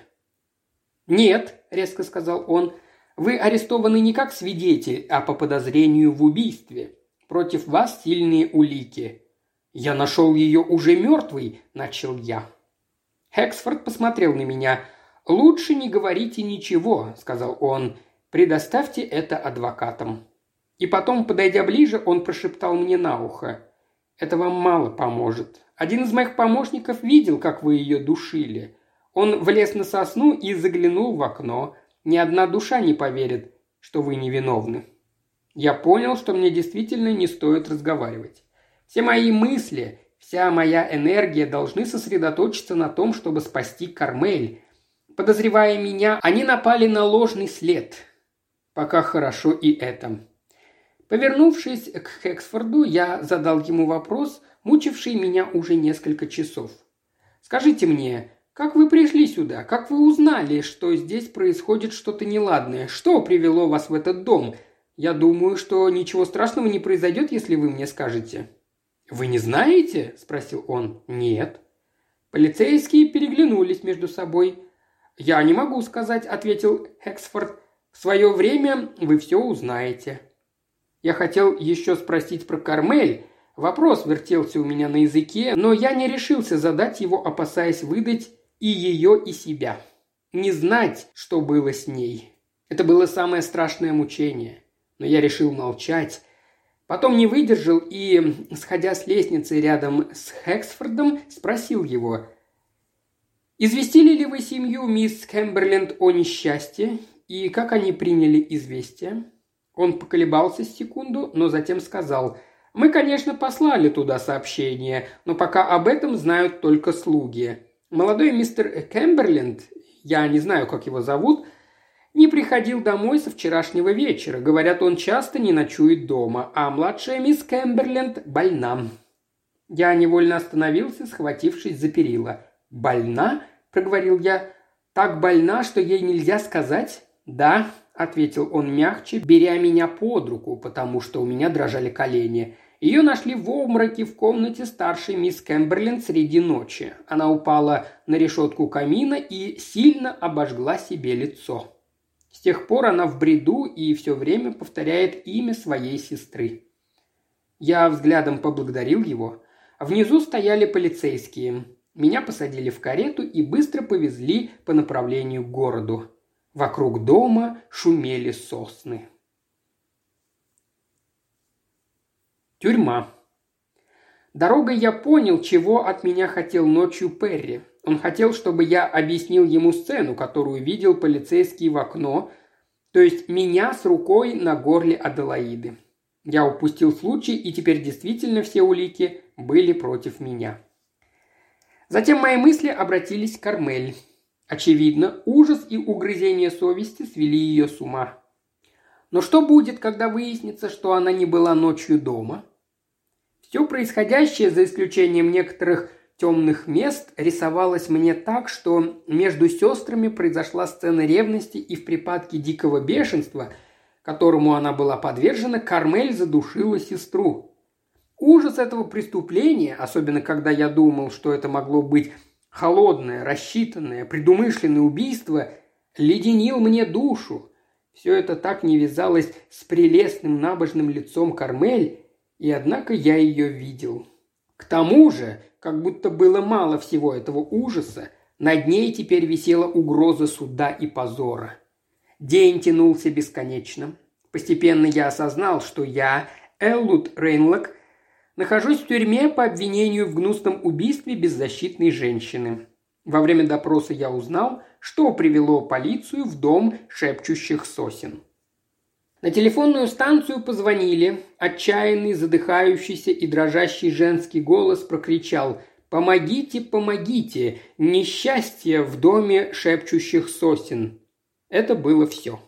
«Нет», – резко сказал он, – «вы арестованы не как свидетель, а по подозрению в убийстве. Против вас сильные улики». «Я нашел ее уже мертвой», – начал я. Хэксфорд посмотрел на меня. «Лучше не говорите ничего», – сказал он. «Предоставьте это адвокатам». И потом, подойдя ближе, он прошептал мне на ухо. «Это вам мало поможет. Один из моих помощников видел, как вы ее душили. Он влез на сосну и заглянул в окно. Ни одна душа не поверит, что вы невиновны». Я понял, что мне действительно не стоит разговаривать. Все мои мысли, вся моя энергия должны сосредоточиться на том, чтобы спасти Кармель. Подозревая меня, они напали на ложный след. Пока хорошо и это. Повернувшись к Хэксфорду, я задал ему вопрос, мучивший меня уже несколько часов. «Скажите мне, как вы пришли сюда? Как вы узнали, что здесь происходит что-то неладное? Что привело вас в этот дом? Я думаю, что ничего страшного не произойдет, если вы мне скажете». «Вы не знаете?» – спросил он. «Нет». Полицейские переглянулись между собой. «Я не могу сказать», – ответил Хэксфорд. «В свое время вы все узнаете». Я хотел еще спросить про Кармель. Вопрос вертелся у меня на языке, но я не решился задать его, опасаясь выдать и ее, и себя. Не знать, что было с ней. Это было самое страшное мучение. Но я решил молчать. Потом не выдержал и, сходя с лестницы рядом с Хэксфордом, спросил его: «Известили ли вы семью мисс Кэмберленд о несчастье? И как они приняли известие?» Он поколебался секунду, но затем сказал: «Мы, конечно, послали туда сообщение, но пока об этом знают только слуги. Молодой мистер Кэмберленд, я не знаю, как его зовут, не приходил домой со вчерашнего вечера. Говорят, он часто не ночует дома, а младшая мисс Кэмберленд больна». Я невольно остановился, схватившись за перила. «Больна?» – проговорил я. «Так больна, что ей нельзя сказать?» «Да», – ответил он мягче, беря меня под руку, потому что у меня дрожали колени. Ее нашли в обмороке в комнате старшей мисс Кэмберленд среди ночи. Она упала на решетку камина и сильно обожгла себе лицо. С тех пор она в бреду и все время повторяет имя своей сестры. Я взглядом поблагодарил его. Внизу стояли полицейские. Меня посадили в карету и быстро повезли по направлению к городу. Вокруг дома шумели сосны. Тюрьма. Дорогой я понял, чего от меня хотел ночью Перри. Он хотел, чтобы я объяснил ему сцену, которую видел полицейский в окно, то есть меня с рукой на горле Аделаиды. Я упустил случай, и теперь действительно все улики были против меня. Затем мои мысли обратились к Кармель. Очевидно, ужас и угрызение совести свели ее с ума. Но что будет, когда выяснится, что она не была ночью дома? Все происходящее, за исключением некоторых темных мест, рисовалось мне так, что между сестрами произошла сцена ревности, и в припадке дикого бешенства, которому она была подвержена, Кармель задушила сестру. Ужас этого преступления, особенно когда я думал, что это могло быть холодное, рассчитанное, предумышленное убийство, леденил мне душу. Все это так не вязалось с прелестным набожным лицом Кармель, и однако я ее видел. К тому же, как будто было мало всего этого ужаса, над ней теперь висела угроза суда и позора. День тянулся бесконечно. Постепенно я осознал, что я, Эллуд Рейнлок, нахожусь в тюрьме по обвинению в гнусном убийстве беззащитной женщины. Во время допроса я узнал, что привело полицию в дом шепчущих сосен. На телефонную станцию позвонили. Отчаянный, задыхающийся и дрожащий женский голос прокричал: «Помогите, помогите! Несчастье в доме шепчущих сосен!» Это было все.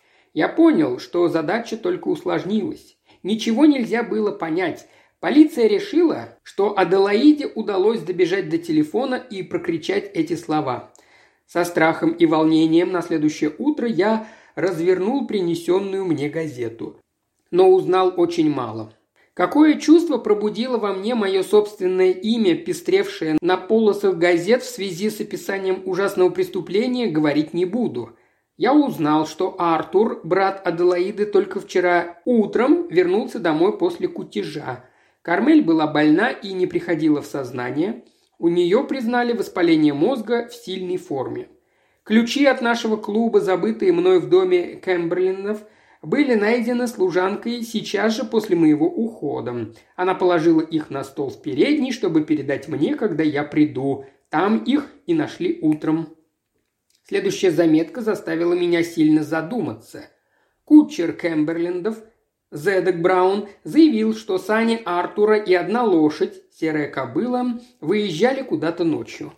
Я понял, что задача только усложнилась. Ничего нельзя было понять. Полиция решила, что Аделаиде удалось добежать до телефона и прокричать эти слова. Со страхом и волнением на следующее утро я развернул принесенную мне газету. Но узнал очень мало. Какое чувство пробудило во мне мое собственное имя, пестревшее на полосах газет в связи с описанием ужасного преступления, говорить не буду. Я узнал, что Артур, брат Аделаиды, только вчера утром вернулся домой после кутежа. Кармель была больна и не приходила в сознание. У нее признали воспаление мозга в сильной форме. Ключи от нашего клуба, забытые мной в доме Кэмберлендов, были найдены служанкой сейчас же после моего ухода. Она положила их на стол в передней, чтобы передать мне, когда я приду. Там их и нашли утром. Следующая заметка заставила меня сильно задуматься. Кучер Кэмберлендов, Зедек Браун, заявил, что сани Артура и одна лошадь, серая кобыла, выезжали куда-то ночью.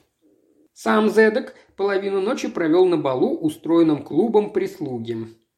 Сам Зедек половину ночи провел на балу, устроенном клубом прислуги.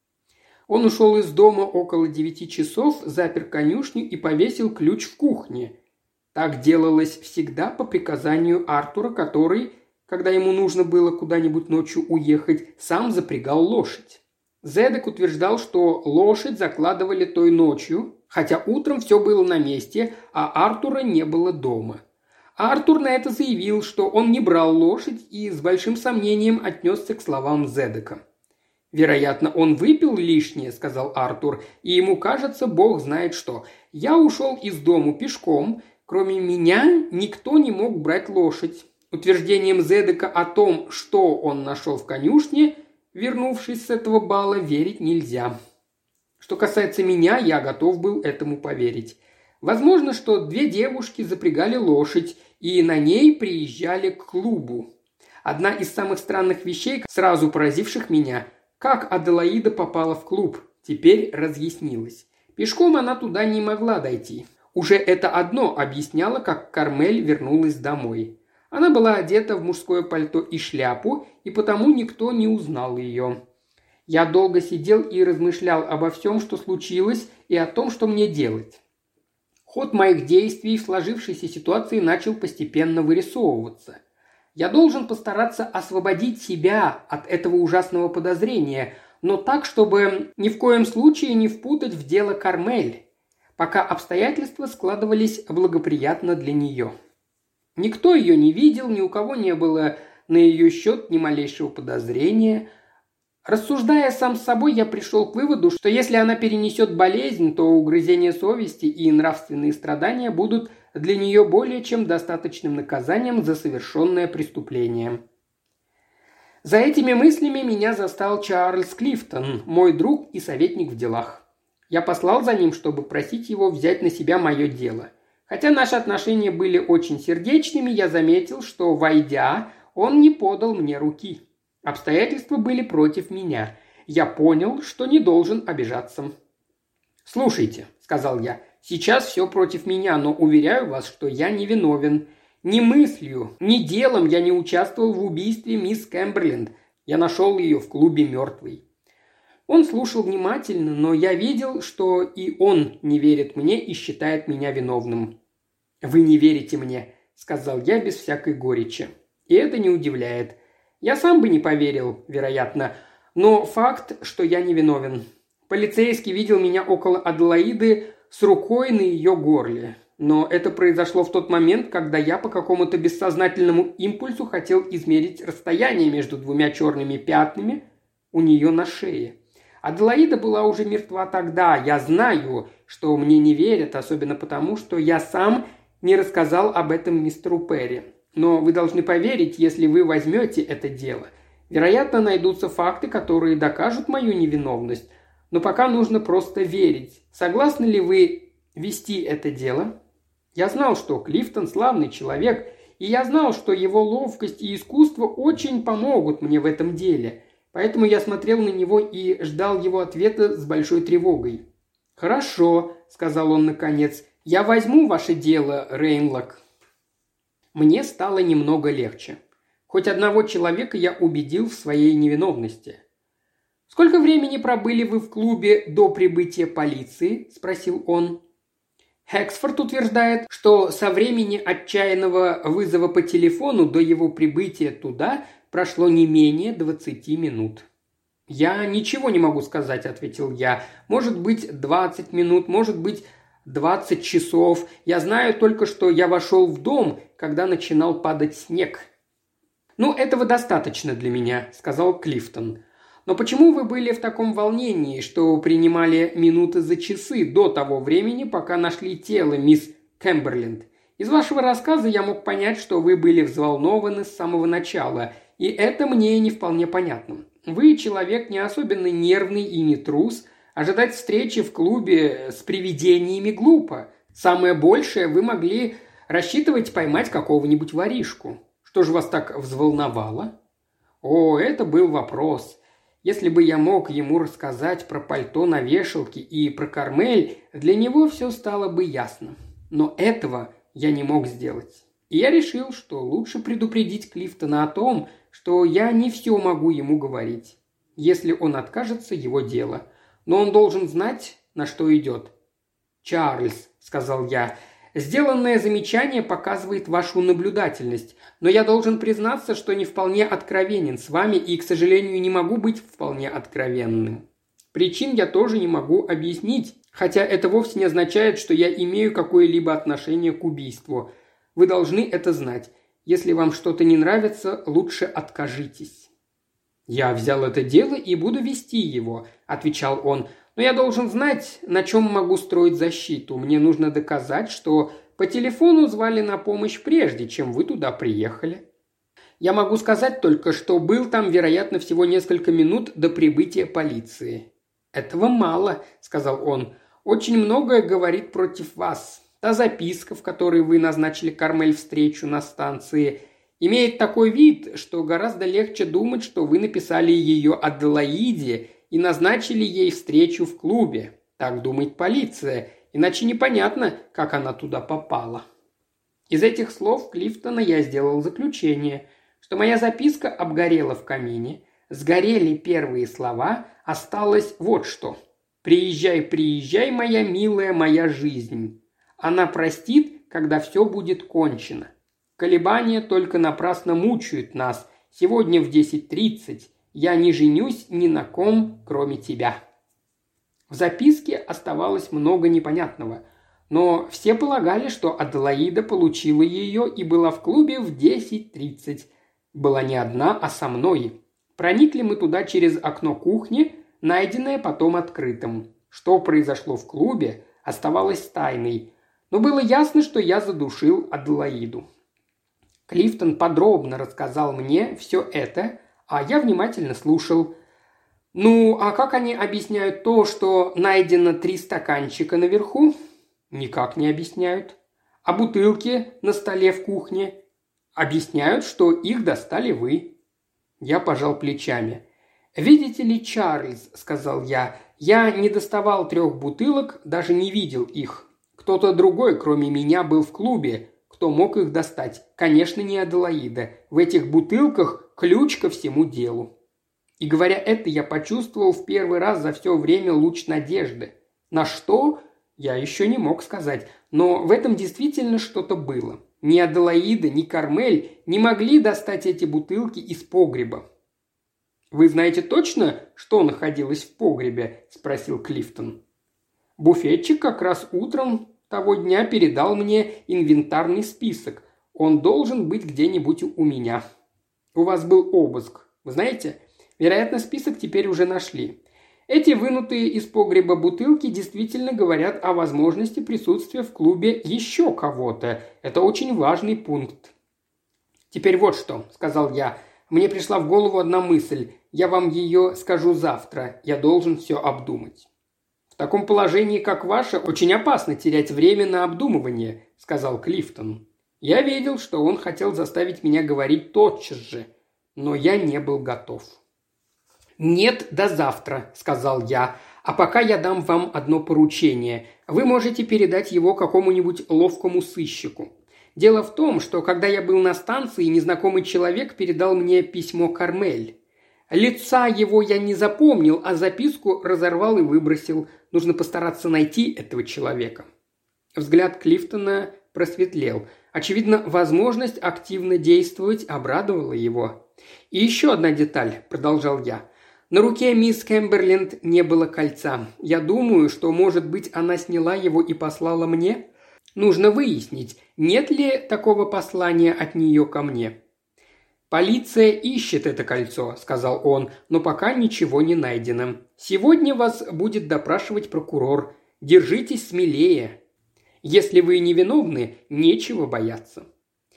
Он ушел из дома около 9 часов, запер конюшню и повесил ключ в кухне. Так делалось всегда по приказанию Артура, который, когда ему нужно было куда-нибудь ночью уехать, сам запрягал лошадь. Зедек утверждал, что лошадь закладывали той ночью, хотя утром все было на месте, а Артура не было дома. Артур на это заявил, что он не брал лошадь и с большим сомнением отнесся к словам Зедека. «Вероятно, он выпил лишнее», — сказал Артур, — «и ему кажется, Бог знает что. Я ушел из дому пешком, кроме меня никто не мог брать лошадь». Утверждением Зедека о том, что он нашел в конюшне, вернувшись с этого бала, верить нельзя. Что касается меня, я готов был этому поверить. Возможно, что 2 девушки запрягали лошадь и на ней приезжали к клубу. Одна из самых странных вещей, сразу поразивших меня, как Аделаида попала в клуб, теперь разъяснилось. Пешком она туда не могла дойти. Уже это одно объясняло, как Кармель вернулась домой. Она была одета в мужское пальто и шляпу, и потому никто не узнал ее. Я долго сидел и размышлял обо всем, что случилось, и о том, что мне делать. Ход моих действий в сложившейся ситуации начал постепенно вырисовываться. Я должен постараться освободить себя от этого ужасного подозрения, но так, чтобы ни в коем случае не впутать в дело Кармель. пока обстоятельства складывались благоприятно для нее. Никто ее не видел, ни у кого не было на ее счет ни малейшего подозрения. Рассуждая сам с собой, я пришел к выводу, что если она перенесет болезнь, то угрызения совести и нравственные страдания будут для нее более чем достаточным наказанием за совершенное преступление. За этими мыслями меня застал Чарльз Клифтон, мой друг и советник в делах. Я послал за ним, чтобы просить его взять на себя мое дело. Хотя наши отношения были очень сердечными, я заметил, что, войдя, он не подал мне руки. Обстоятельства были против меня. Я понял, что не должен обижаться. «Слушайте», – сказал я, – «сейчас все против меня, но уверяю вас, что я не виновен. Ни мыслью, ни делом я не участвовал в убийстве мисс Кэмберленд. Я нашел ее в клубе мертвой». Он слушал внимательно, но я видел, что и он не верит мне и считает меня виновным. «Вы не верите мне», – сказал я без всякой горечи. И это не удивляет. Я сам бы не поверил, вероятно, но факт, что я не виновен. Полицейский видел меня около Аделаиды с рукой на ее горле. Но это произошло в тот момент, когда я по какому-то бессознательному импульсу хотел измерить расстояние между двумя черными пятнами у нее на шее. Аделаида была уже мертва тогда. Я знаю, что мне не верят, особенно потому, что я сам не рассказал об этом мистеру Перри. Но вы должны поверить, если вы возьмете это дело. Вероятно, найдутся факты, которые докажут мою невиновность. Но пока нужно просто верить. Согласны ли вы вести это дело? Я знал, что Клифтон славный человек, и я знал, что его ловкость и искусство очень помогут мне в этом деле. Поэтому я смотрел на него и ждал его ответа с большой тревогой. «Хорошо», – сказал он наконец, – «я возьму ваше дело, Рейнлок». Мне стало немного легче. Хоть одного человека я убедил в своей невиновности. «Сколько времени пробыли вы в клубе до прибытия полиции?» – спросил он. Хэксфорд утверждает, что со времени отчаянного вызова по телефону до его прибытия туда прошло не менее 20 минут. «Я ничего не могу сказать», – ответил я. «Может быть, 20 минут, может быть, 20 часов. Я знаю только, что я вошел в дом, когда начинал падать снег». «Ну, этого достаточно для меня», – сказал Клифтон. «Но почему вы были в таком волнении, что принимали минуты за часы до того времени, пока нашли тело мисс Кэмберленд? Из вашего рассказа я мог понять, что вы были взволнованы с самого начала, и это мне не вполне понятно. Вы человек не особенно нервный и не трус. Ожидать встречи в клубе с привидениями глупо. Самое большее вы могли рассчитывать поймать какого-нибудь воришку. Что же вас так взволновало?» «О, это был вопрос. Если бы я мог ему рассказать про пальто на вешалке и про Кармель, для него все стало бы ясно. Но этого я не мог сделать. И я решил, что лучше предупредить Клифтона о том, что я не все могу ему говорить. Если он откажется, его дело. Но он должен знать, на что идет». «Чарльз», – сказал я, – «сделанное замечание показывает вашу наблюдательность, но я должен признаться, что не вполне откровенен с вами и, к сожалению, не могу быть вполне откровенным. Причин я тоже не могу объяснить, хотя это вовсе не означает, что я имею какое-либо отношение к убийству. Вы должны это знать. Если вам что-то не нравится, лучше откажитесь». «Я взял это дело и буду вести его», – отвечал он. «Но я должен знать, на чем могу строить защиту. Мне нужно доказать, что по телефону звали на помощь прежде, чем вы туда приехали. Я могу сказать только, что был там, вероятно, всего несколько минут до прибытия полиции». «Этого мало», – сказал он. «Очень многое говорит против вас. Та записка, в которой вы назначили Кармель встречу на станции, имеет такой вид, что гораздо легче думать, что вы написали ее Аделаиде и назначили ей встречу в клубе. Так думает полиция, иначе непонятно, как она туда попала». Из этих слов Клифтона я сделал заключение, что моя записка обгорела в камине, сгорели первые слова, осталось вот что: «Приезжай, приезжай, моя милая, моя жизнь. Она простит, когда все будет кончено. Колебания только напрасно мучают нас. Сегодня в 10:30 я не женюсь ни на ком, кроме тебя». В записке оставалось много непонятного, но все полагали, что Аделаида получила ее и была в клубе в 10:30. Была не одна, а со мной. Проникли мы туда через окно кухни, найденное потом открытым. Что произошло в клубе, оставалось тайной, но было ясно, что я задушил Аделаиду. Клифтон подробно рассказал мне все это, а я внимательно слушал. «Ну, а как они объясняют то, что найдено 3 стаканчика наверху?» «Никак не объясняют». «А бутылки на столе в кухне?» «Объясняют, что их достали вы». Я пожал плечами. «Видите ли, Чарльз, — сказал я, — я не доставал 3 бутылок, даже не видел их. Кто-то другой, кроме меня, был в клубе, кто мог их достать. Конечно, не Аделаида. В этих бутылках ключ ко всему делу». И говоря это, я почувствовал в первый раз за все время луч надежды. На что? Я еще не мог сказать, но в этом действительно что-то было. Ни Аделаида, ни Кармель не могли достать эти бутылки из погреба. «Вы знаете точно, что находилось в погребе?» – спросил Клифтон. «Буфетчик как раз утром того дня передал мне инвентарный список. Он должен быть где-нибудь у меня. У вас был обыск, вы знаете? Вероятно, список теперь уже нашли. Эти вынутые из погреба бутылки действительно говорят о возможности присутствия в клубе еще кого-то. Это очень важный пункт». «Теперь вот что», – сказал я. «Мне пришла в голову одна мысль. Я вам ее скажу завтра. Я должен все обдумать». «В таком положении, как ваше, очень опасно терять время на обдумывание», – сказал Клифтон. Я видел, что он хотел заставить меня говорить тотчас же, но я не был готов. «Нет, до завтра», – сказал я. «А пока я дам вам одно поручение. Вы можете передать его какому-нибудь ловкому сыщику. Дело в том, что когда я был на станции, незнакомый человек передал мне письмо Кармель. Лица его я не запомнил, а записку разорвал и выбросил. Нужно постараться найти этого человека». Взгляд Клифтона просветлел. Очевидно, возможность активно действовать обрадовала его. «И еще одна деталь», – продолжал я. «На руке мисс Кэмберленд не было кольца. Я думаю, что, может быть, она сняла его и послала мне. Нужно выяснить, нет ли такого послания от нее ко мне». «Полиция ищет это кольцо», – сказал он, – «но пока ничего не найдено. Сегодня вас будет допрашивать прокурор. Держитесь смелее. Если вы невиновны, нечего бояться».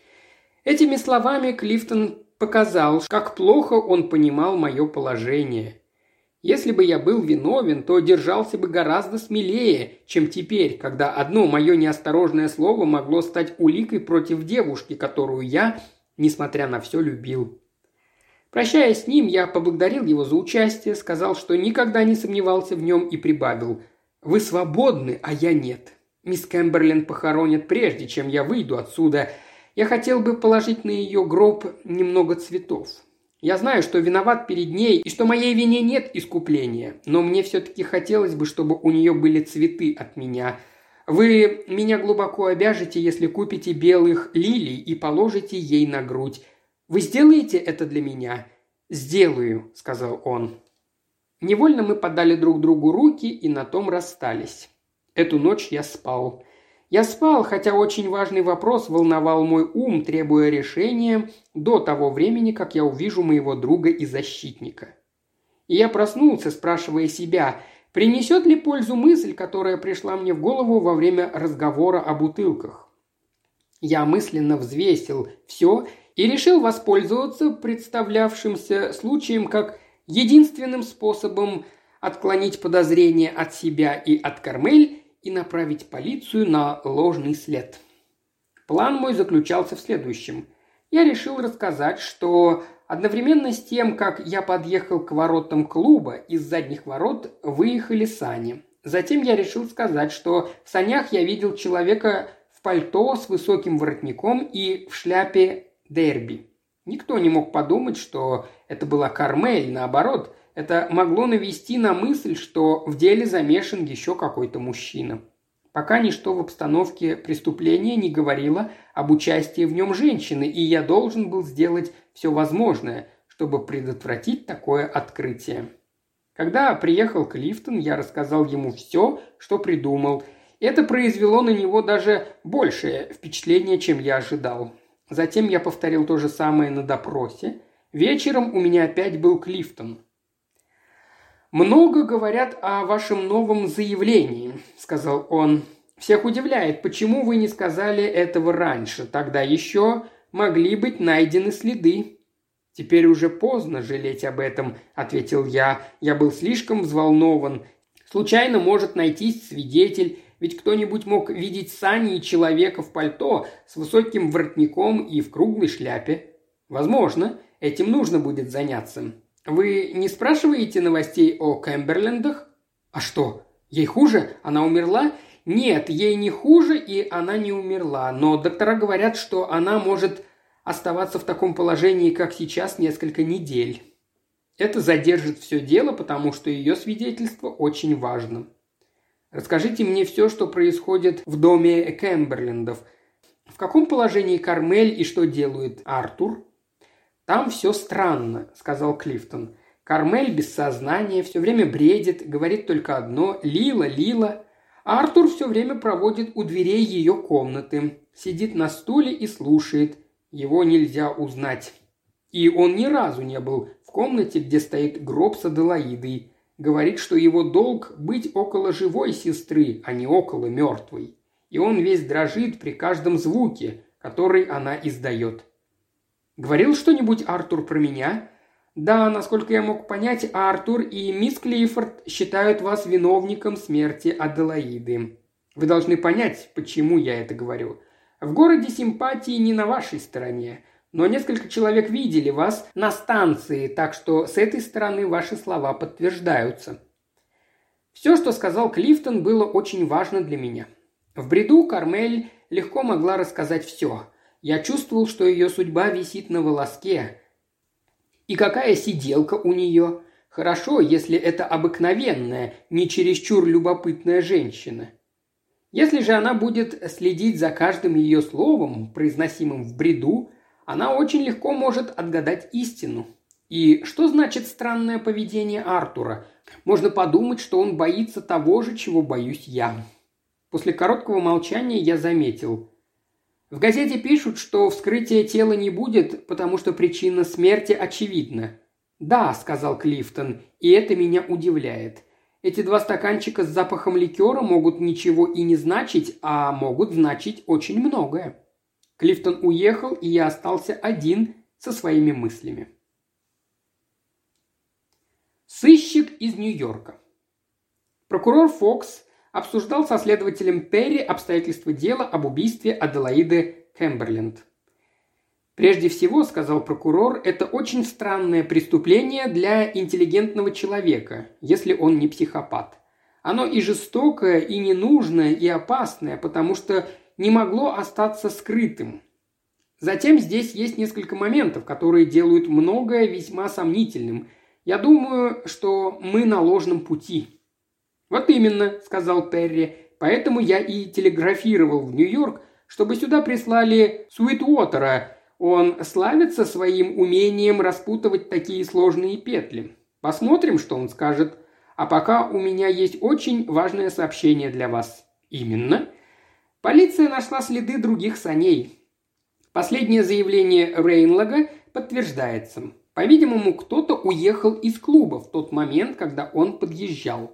Этими словами Клифтон показал, как плохо он понимал мое положение. Если бы я был виновен, то держался бы гораздо смелее, чем теперь, когда одно мое неосторожное слово могло стать уликой против девушки, которую я, несмотря на все, любил. Прощаясь с ним, я поблагодарил его за участие, сказал, что никогда не сомневался в нем и прибавил: «Вы свободны, а я нет. Мисс Кэмберленд похоронят прежде, чем я выйду отсюда. Я хотел бы положить на ее гроб немного цветов. Я знаю, что виноват перед ней и что моей вине нет искупления, но мне все-таки хотелось бы, чтобы у нее были цветы от меня. Вы меня глубоко обяжете, если купите белых лилий и положите ей на грудь. Вы сделаете это для меня?» «Сделаю», – сказал он. Невольно мы подали друг другу руки и на том расстались. Эту ночь я спал. Я спал, хотя очень важный вопрос волновал мой ум, требуя решения до того времени, как я увижу моего друга и защитника. И я проснулся, спрашивая себя, принесет ли пользу мысль, которая пришла мне в голову во время разговора о бутылках. Я мысленно взвесил все и решил воспользоваться представлявшимся случаем как единственным способом отклонить подозрения от себя и от Кармель и направить полицию на ложный след. План мой заключался в следующем. Я решил рассказать, что одновременно с тем, как я подъехал к воротам клуба, из задних ворот выехали сани. Затем я решил сказать, что в санях я видел человека в пальто с высоким воротником и в шляпе дерби. Никто не мог подумать, что это была Кармель, наоборот, это могло навести на мысль, что в деле замешан еще какой-то мужчина. Пока ничто в обстановке преступления не говорило об участии в нем женщины, и я должен был сделать все возможное, чтобы предотвратить такое открытие. Когда приехал Клифтон, я рассказал ему все, что придумал. Это произвело на него даже большее впечатление, чем я ожидал. Затем я повторил то же самое на допросе. Вечером у меня опять был Клифтон. «Много говорят о вашем новом заявлении», – сказал он. «Всех удивляет, почему вы не сказали этого раньше. Тогда еще могли быть найдены следы». «Теперь уже поздно жалеть об этом», – ответил я. «Я был слишком взволнован. Случайно может найтись свидетель, ведь кто-нибудь мог видеть сани и человека в пальто с высоким воротником и в круглой шляпе. Возможно, этим нужно будет заняться. Вы не спрашиваете новостей о Кэмберлендах? А что, ей хуже? Она умерла? Нет, ей не хуже, и она не умерла. Но доктора говорят, что она может оставаться в таком положении, как сейчас, несколько недель. Это задержит все дело, потому что ее свидетельство очень важно. Расскажите мне все, что происходит в доме Кэмберлендов. В каком положении Кармель и что делает Артур?» «Там все странно», – сказал Клифтон. «Кармель без сознания, все время бредит, говорит только одно – Лила, Лила. А Артур все время проводит у дверей ее комнаты, сидит на стуле и слушает. Его нельзя узнать. И он ни разу не был в комнате, где стоит гроб с Аделаидой. Говорит, что его долг быть около живой сестры, а не около мертвой. И он весь дрожит при каждом звуке, который она издает. Говорил что-нибудь Артур про меня? Да, насколько я мог понять, Артур и мисс Клиффорд считают вас виновником смерти Аделаиды. Вы должны понять, почему я это говорю. В городе симпатии не на вашей стороне, но несколько человек видели вас на станции, так что с этой стороны ваши слова подтверждаются. Все, что сказал Клифтон, было очень важно для меня. В бреду Кармель легко могла рассказать все. Я чувствовал, что ее судьба висит на волоске. И какая сиделка у нее? Хорошо, если это обыкновенная, не чересчур любопытная женщина. Если же она будет следить за каждым ее словом, произносимым в бреду, она очень легко может отгадать истину. И что значит странное поведение Артура? Можно подумать, что он боится того же, чего боюсь я. После короткого молчания я заметил. В газете пишут, что вскрытия тела не будет, потому что причина смерти очевидна. «Да», – сказал Клифтон, – «и это меня удивляет. Эти 2 стаканчика с запахом ликера могут ничего и не значить, а могут значить очень многое». Клифтон уехал, и я остался один со своими мыслями. Сыщик из Нью-Йорка. Прокурор Фокс обсуждал со следователем Перри обстоятельства дела об убийстве Аделаиды Кэмберленд. «Прежде всего, – сказал прокурор, – это очень странное преступление для интеллигентного человека, если он не психопат. Оно и жестокое, и ненужное, и опасное, потому что не могло остаться скрытым. Затем здесь есть несколько моментов, которые делают многое весьма сомнительным. Я думаю, что мы на ложном пути». «Вот именно», – сказал Перри, – «поэтому я и телеграфировал в Нью-Йорк, чтобы сюда прислали Суитуотера. Он славится своим умением распутывать такие сложные петли. Посмотрим, что он скажет. А пока у меня есть очень важное сообщение для вас». «Именно?» «Полиция нашла следы других саней. Последнее заявление Рейнлага подтверждается. По-видимому, кто-то уехал из клуба в тот момент, когда он подъезжал.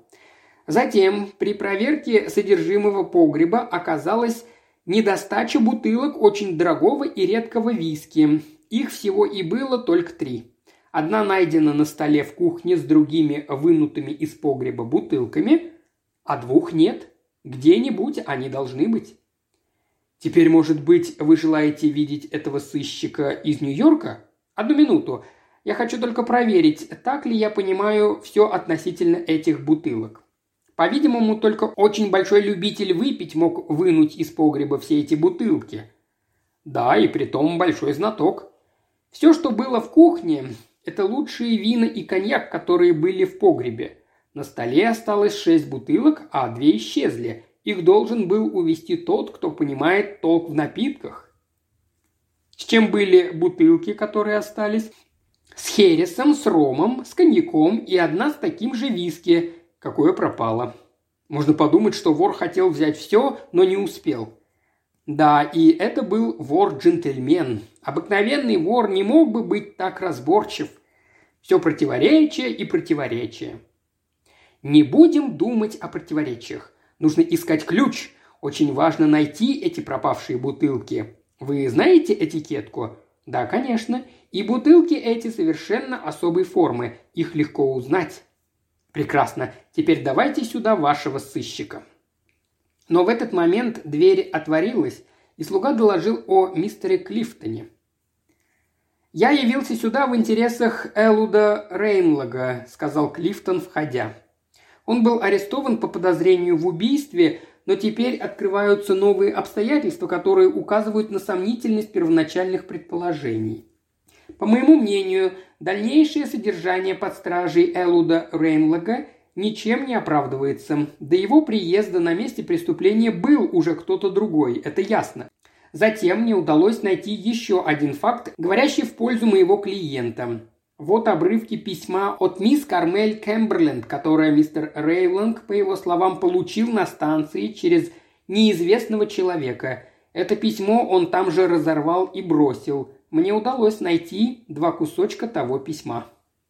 Затем при проверке содержимого погреба оказалась недостача бутылок очень дорогого и редкого виски. Их всего и было только 3. Одна найдена на столе в кухне с другими вынутыми из погреба бутылками, а 2 нет. Где-нибудь они должны быть. Теперь, может быть, вы желаете видеть этого сыщика из Нью-Йорка? Одну минуту. Я хочу только проверить, так ли я понимаю все относительно этих бутылок. По-видимому, только очень большой любитель выпить мог вынуть из погреба все эти бутылки. Да, и притом большой знаток. Все, что было в кухне, это лучшие вина и коньяк, которые были в погребе. На столе осталось 6 бутылок, а 2 исчезли. Их должен был увезти тот, кто понимает толк в напитках. С чем были бутылки, которые остались? С хересом, с ромом, с коньяком и одна с таким же виски, какое пропало. Можно подумать, что вор хотел взять все, но не успел. Да, и это был вор-джентльмен. Обыкновенный вор не мог бы быть так разборчив. Все противоречие и противоречие. Не будем думать о противоречиях. Нужно искать ключ. Очень важно найти эти пропавшие бутылки. Вы знаете этикетку? Да, конечно. И бутылки эти совершенно особой формы. Их легко узнать. Прекрасно. Теперь давайте сюда вашего сыщика. Но в этот момент дверь отворилась, и слуга доложил о мистере Клифтоне. «Я явился сюда в интересах Эллуда Рейнлага», – сказал Клифтон, входя. Он был арестован по подозрению в убийстве, но теперь открываются новые обстоятельства, которые указывают на сомнительность первоначальных предположений. По моему мнению, дальнейшее содержание под стражей Эллуда Рейнлага ничем не оправдывается. До его приезда на месте преступления был уже кто-то другой, это ясно. Затем мне удалось найти еще один факт, говорящий в пользу моего клиента. Вот обрывки письма от мисс Кармель Кэмберленд, которое мистер Рейнлаг, по его словам, получил на станции через неизвестного человека. Это письмо он там же разорвал и бросил. Мне удалось найти 2 кусочка того письма.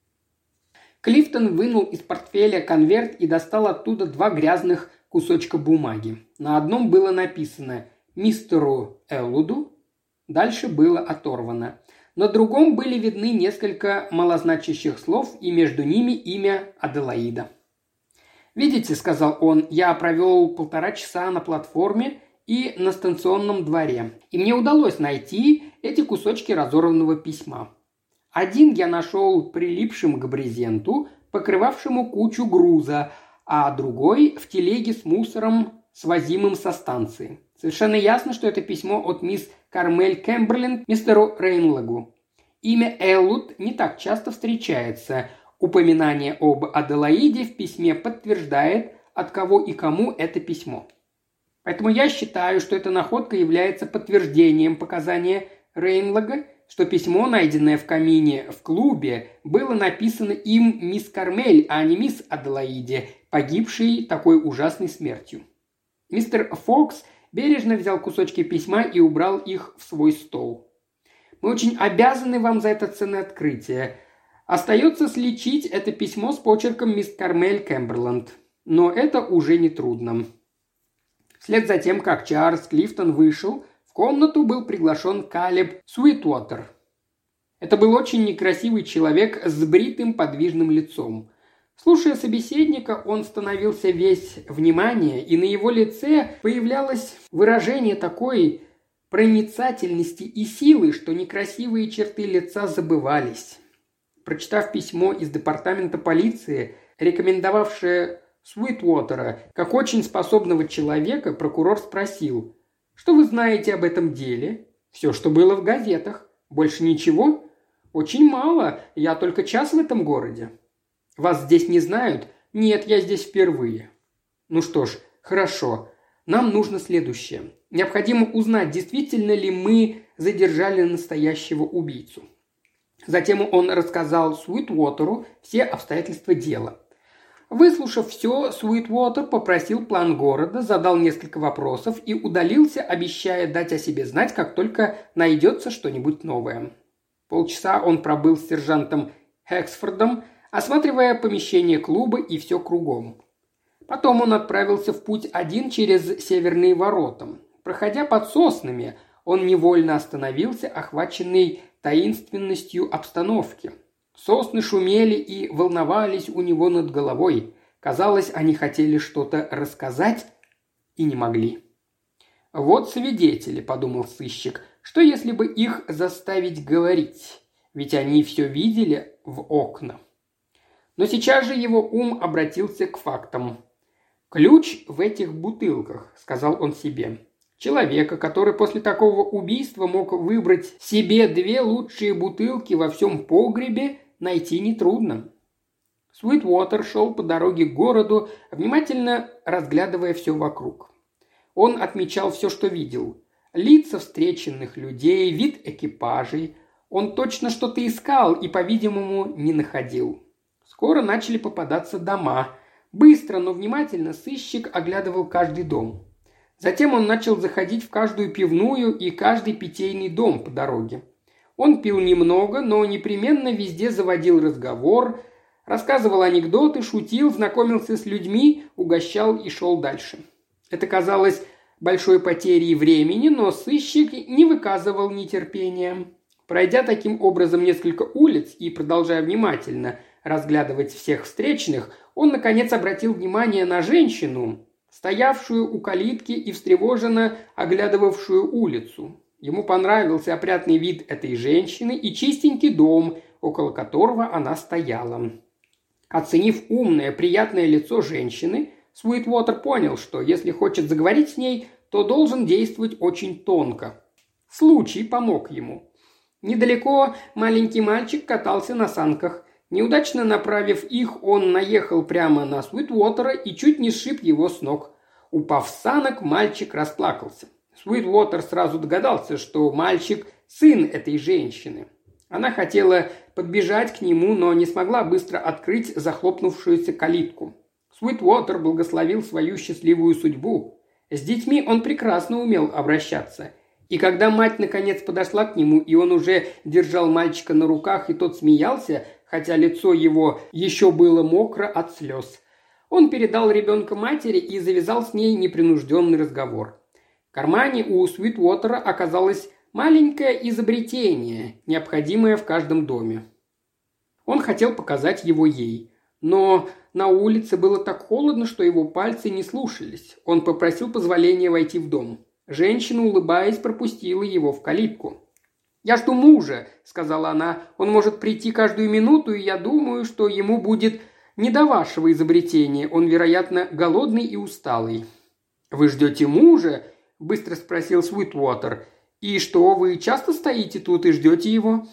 Клифтон вынул из портфеля конверт и достал оттуда 2 грязных кусочка бумаги. На одном было написано «Мистеру Эллуду», дальше было оторвано. На другом были видны несколько малозначащих слов, и между ними имя Аделаида. «Видите», — сказал он, — «я провел 1,5 часа на платформе и на станционном дворе, и мне удалось найти эти кусочки разорванного письма. Один я нашел прилипшим к брезенту, покрывавшему кучу груза, а другой в телеге с мусором, свозимым со станции. Совершенно ясно, что это письмо от мисс Кармель Кэмберленд мистеру Рейнлагу. Имя Эллуд не так часто встречается. Упоминание об Аделаиде в письме подтверждает, от кого и кому это письмо. Поэтому я считаю, что эта находка является подтверждением показания Рейнлага, что письмо, найденное в камине в клубе, было написано им мисс Кармель, а не мисс Аделаиде, погибшей такой ужасной смертью. Мистер Фокс бережно взял кусочки письма и убрал их в свой стол. Мы очень обязаны вам за это ценное открытие. Остается сличить это письмо с почерком мисс Кармель Кэмберленд. Но это уже не трудно». Вслед за тем, как Чарльз Клифтон вышел, в комнату был приглашен Калеб Суитвотер. Это был очень некрасивый человек с бритым подвижным лицом. Слушая собеседника, он становился весь внимание, и на его лице появлялось выражение такой проницательности и силы, что некрасивые черты лица забывались. Прочитав письмо из департамента полиции, рекомендовавшее Суитвотера как очень способного человека, прокурор спросил: «Что вы знаете об этом деле?» «Все, что было в газетах. Больше ничего?» «Очень мало. Я только час в этом городе». «Вас здесь не знают?» «Нет, я здесь впервые». «Ну что ж, хорошо. Нам нужно следующее. Необходимо узнать, действительно ли мы задержали настоящего убийцу». Затем он рассказал Суитвотеру все обстоятельства дела. Выслушав все, Суитвотер попросил план города, задал несколько вопросов и удалился, обещая дать о себе знать, как только найдется что-нибудь новое. Полчаса он пробыл с сержантом Хэксфордом, осматривая помещение клуба и все кругом. Потом он отправился в путь один через северные ворота. Проходя под соснами, он невольно остановился, охваченный таинственностью обстановки. Сосны шумели и волновались у него над головой. Казалось, они хотели что-то рассказать и не могли. «Вот свидетели», — подумал сыщик, — «что если бы их заставить говорить? Ведь они все видели в окна». Но сейчас же его ум обратился к фактам. «Ключ в этих бутылках», — сказал он себе. Человека, который после такого убийства мог выбрать себе 2 лучшие бутылки во всем погребе, найти нетрудно. Суитвотер шел по дороге к городу, внимательно разглядывая все вокруг. Он отмечал все, что видел. Лица встреченных людей, вид экипажей. Он точно что-то искал и, по-видимому, не находил. Скоро начали попадаться дома. Быстро, но внимательно сыщик оглядывал каждый дом. Затем он начал заходить в каждую пивную и каждый питейный дом по дороге. Он пил немного, но непременно везде заводил разговор, рассказывал анекдоты, шутил, знакомился с людьми, угощал и шел дальше. Это казалось большой потерей времени, но сыщик не выказывал нетерпения. Пройдя таким образом несколько улиц и продолжая внимательно разглядывать всех встречных, он, наконец, обратил внимание на женщину, стоявшую у калитки и встревоженно оглядывавшую улицу. Ему понравился опрятный вид этой женщины и чистенький дом, около которого она стояла. Оценив умное, приятное лицо женщины, Суитвотер понял, что если хочет заговорить с ней, то должен действовать очень тонко. Случай помог ему. Недалеко маленький мальчик катался на санках. Неудачно направив их, он наехал прямо на Суитвотера и чуть не сшиб его с ног. Упав с санок, мальчик расплакался. Суитвотер сразу догадался, что мальчик – сын этой женщины. Она хотела подбежать к нему, но не смогла быстро открыть захлопнувшуюся калитку. Суитвотер благословил свою счастливую судьбу. С детьми он прекрасно умел обращаться. И когда мать наконец подошла к нему, и он уже держал мальчика на руках, и тот смеялся, хотя лицо его еще было мокро от слез, он передал ребенка матери и завязал с ней непринужденный разговор. В кармане у Суитвотера оказалось маленькое изобретение, необходимое в каждом доме. Он хотел показать его ей. Но на улице было так холодно, что его пальцы не слушались. Он попросил позволения войти в дом. Женщина, улыбаясь, пропустила его в калитку. «Я жду мужа», — сказала она. «Он может прийти каждую минуту, и я думаю, что ему будет не до вашего изобретения. Он, вероятно, голодный и усталый». «Вы ждете мужа?» — быстро спросил Суитвотер. «И что, вы часто стоите тут и ждете его?»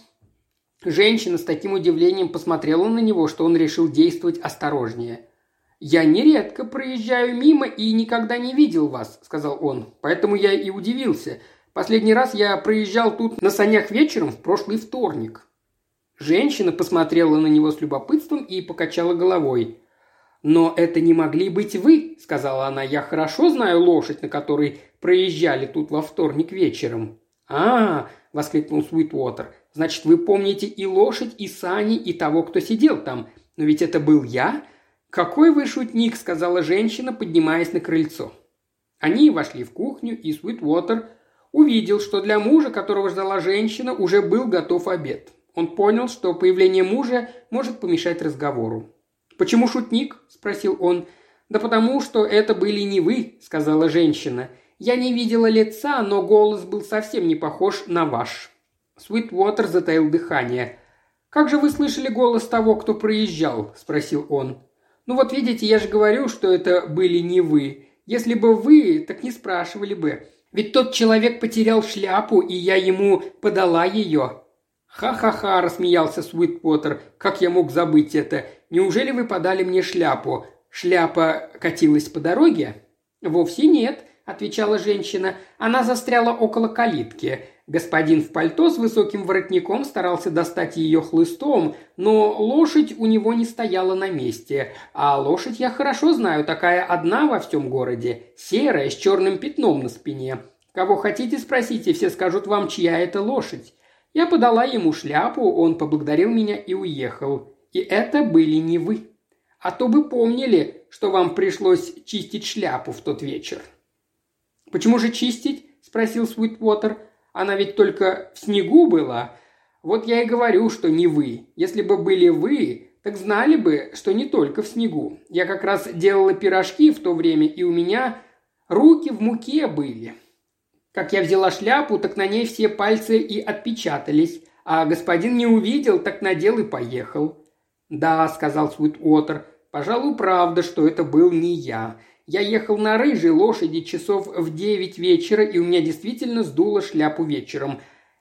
Женщина с таким удивлением посмотрела на него, что он решил действовать осторожнее. «Я нередко проезжаю мимо и никогда не видел вас», – сказал он. «Поэтому я и удивился. Последний раз я проезжал тут на санях вечером в прошлый вторник». Женщина посмотрела на него с любопытством и покачала головой. «Но это не могли быть вы», – сказала она. «Я хорошо знаю лошадь, на которой проезжали тут во вторник вечером». «А-а-а!» – воскликнул Суитвотер. «Значит, вы помните и лошадь, и сани, и того, кто сидел там. Но ведь это был я?» «Какой вы шутник!» – сказала женщина, поднимаясь на крыльцо. Они вошли в кухню, и Суитвотер увидел, что для мужа, которого ждала женщина, уже был готов обед. Он понял, что появление мужа может помешать разговору. «Почему шутник?» – спросил он. «Да потому, что это были не вы», – сказала женщина. «Я не видела лица, но голос был совсем не похож на ваш». Суитвотер затаил дыхание. «Как же вы слышали голос того, кто проезжал?» – спросил он. «Ну вот видите, я же говорю, что это были не вы. Если бы вы, так не спрашивали бы. Ведь тот человек потерял шляпу, и я ему подала ее». «Ха-ха-ха», – рассмеялся Суитвотер. «Как я мог забыть это? Неужели вы подали мне шляпу? Шляпа катилась по дороге?» «Вовсе нет», – отвечала женщина. «Она застряла около калитки. Господин в пальто с высоким воротником старался достать ее хлыстом, но лошадь у него не стояла на месте. А лошадь я хорошо знаю, такая одна во всем городе, серая, с черным пятном на спине. Кого хотите, спросите, все скажут вам, чья это лошадь. Я подала ему шляпу, он поблагодарил меня и уехал. И это были не вы. А то бы помнили, что вам пришлось чистить шляпу в тот вечер». «Почему же чистить?» – спросил Суитвотер. «Она ведь только в снегу была. Вот я и говорю, что не вы. Если бы были вы, так знали бы, что не только в снегу. Я как раз делала пирожки в то время, и у меня руки в муке были. Как я взяла шляпу, так на ней все пальцы и отпечатались, а господин не увидел, так надел и поехал». «Да», – сказал Суитвотер, – «пожалуй, правда, что это был не я. Я ехал на рыжей лошади часов в 9 вечера, и у меня действительно сдуло шляпу вечером.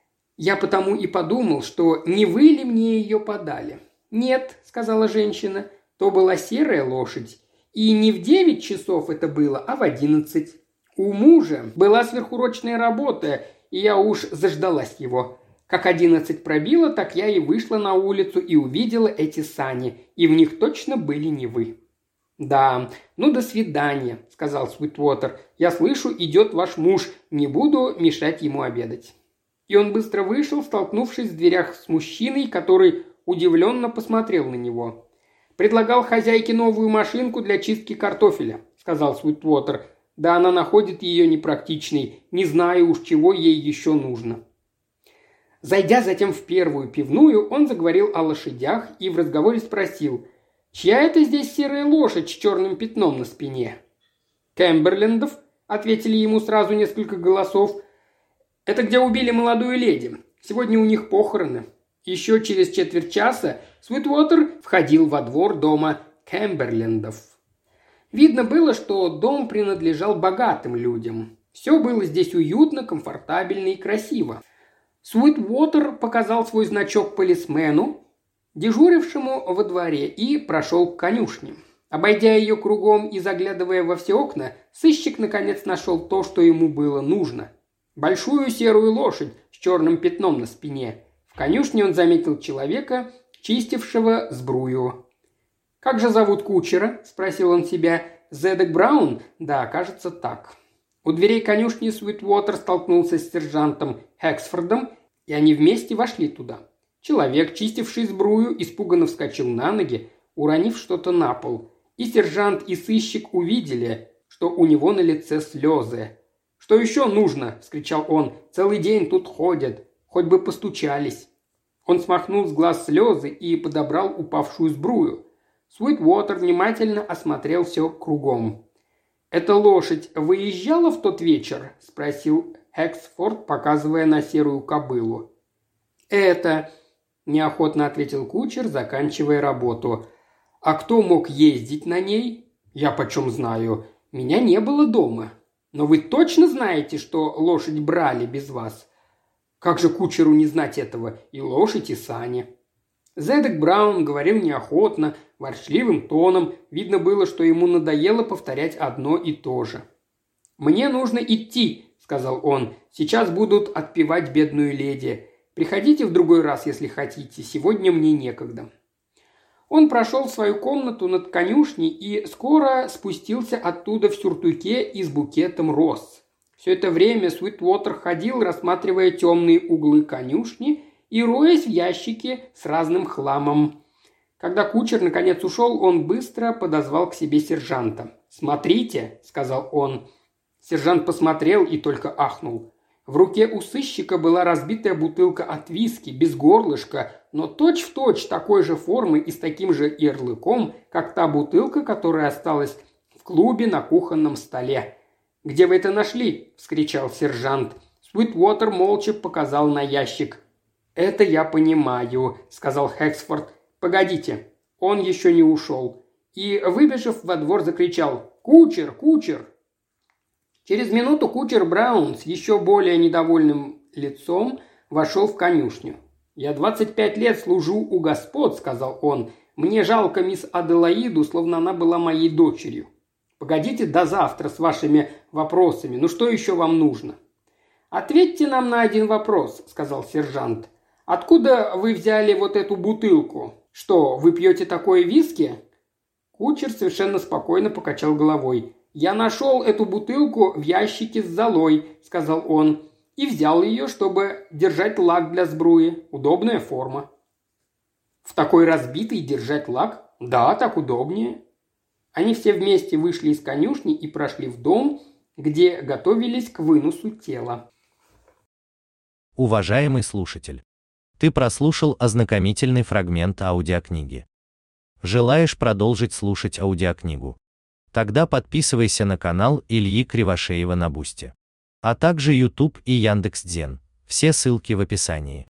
Я потому и подумал, что не вы ли мне ее подали?» «Нет», – сказала женщина, – «то была серая лошадь. И не в 9 часов это было, а в 11. У мужа была сверхурочная работа, и я уж заждалась его. Как 11 пробило, так я и вышла на улицу и увидела эти сани, и в них точно были не вы». «Да, ну до свидания», – сказал Суитвотер. «Я слышу, идет ваш муж, не буду мешать ему обедать». И он быстро вышел, столкнувшись в дверях с мужчиной, который удивленно посмотрел на него. «Предлагал хозяйке новую машинку для чистки картофеля», – сказал Суитвотер. «Да она находит ее непрактичной, не знаю уж, чего ей еще нужно». Зайдя затем в первую пивную, он заговорил о лошадях и в разговоре спросил: «Чья это здесь серая лошадь с черным пятном на спине?» «Кэмберлендов», — ответили ему сразу несколько голосов. «Это где убили молодую леди. Сегодня у них похороны». Еще через четверть часа Суитвотер входил во двор дома Кэмберлендов. Видно было, что дом принадлежал богатым людям. Все было здесь уютно, комфортабельно и красиво. Суитвотер показал свой значок полисмену, дежурившему во дворе, и прошел к конюшне. Обойдя ее кругом и заглядывая во все окна, сыщик наконец нашел то, что ему было нужно. Большую серую лошадь с черным пятном на спине. В конюшне он заметил человека, чистившего сбрую. «Как же зовут кучера?» – спросил он себя. «Зедек Браун? Да, кажется, так». У дверей конюшни Суитвотер столкнулся с сержантом Хэксфордом, и они вместе вошли туда. Человек, чистивший сбрую, испуганно вскочил на ноги, уронив что-то на пол. И сержант, и сыщик увидели, что у него на лице слезы. «Что еще нужно?» – вскричал он. «Целый день тут ходят. Хоть бы постучались». Он смахнул с глаз слезы и подобрал упавшую сбрую. Суитвотер внимательно осмотрел все кругом. «Эта лошадь выезжала в тот вечер?» – спросил Хэксфорд, показывая на серую кобылу. «Это...» – неохотно ответил кучер, заканчивая работу. «А кто мог ездить на ней?» «Я почем знаю. Меня не было дома». «Но вы точно знаете, что лошадь брали без вас?» «Как же кучеру не знать этого? И лошадь, и сани». Зедек Браун говорил неохотно, ворчливым тоном. Видно было, что ему надоело повторять одно и то же. «Мне нужно идти», — сказал он. «Сейчас будут отпевать бедную леди. Приходите в другой раз, если хотите. Сегодня мне некогда». Он прошел в свою комнату над конюшней и скоро спустился оттуда в сюртуке и с букетом роз. Все это время Суитвотер ходил, рассматривая темные углы конюшни и роясь в ящике с разным хламом. Когда кучер наконец ушел, он быстро подозвал к себе сержанта. «Смотрите», — сказал он. Сержант посмотрел и только ахнул. В руке у сыщика была разбитая бутылка от виски, без горлышка, но точь-в-точь такой же формы и с таким же ярлыком, как та бутылка, которая осталась в клубе на кухонном столе. «Где вы это нашли?» – вскричал сержант. Суитвотер молча показал на ящик. «Это я понимаю», – сказал Хэксфорд. «Погодите, он еще не ушел». И, выбежав во двор, закричал: «Кучер! Кучер!» Через минуту кучер Браун с еще более недовольным лицом вошел в конюшню. «Я 25 лет служу у господ», – сказал он. «Мне жалко мисс Аделаиду, словно она была моей дочерью. Погодите до завтра с вашими вопросами. Ну что еще вам нужно?» «Ответьте нам на один вопрос», – сказал сержант. «Откуда вы взяли вот эту бутылку? Что, вы пьете такое виски?» Кучер совершенно спокойно покачал головой. «Я нашел эту бутылку в ящике с золой», – сказал он, – «и взял ее, чтобы держать лак для сбруи. Удобная форма». «В такой разбитой держать лак? Да, так удобнее». Они все вместе вышли из конюшни и прошли в дом, где готовились к выносу тела. Уважаемый слушатель, ты прослушал ознакомительный фрагмент аудиокниги. Желаешь продолжить слушать аудиокнигу? Тогда подписывайся на канал Ильи Кривошеева на Бусти, а также YouTube и Яндекс.Дзен. Все ссылки в описании.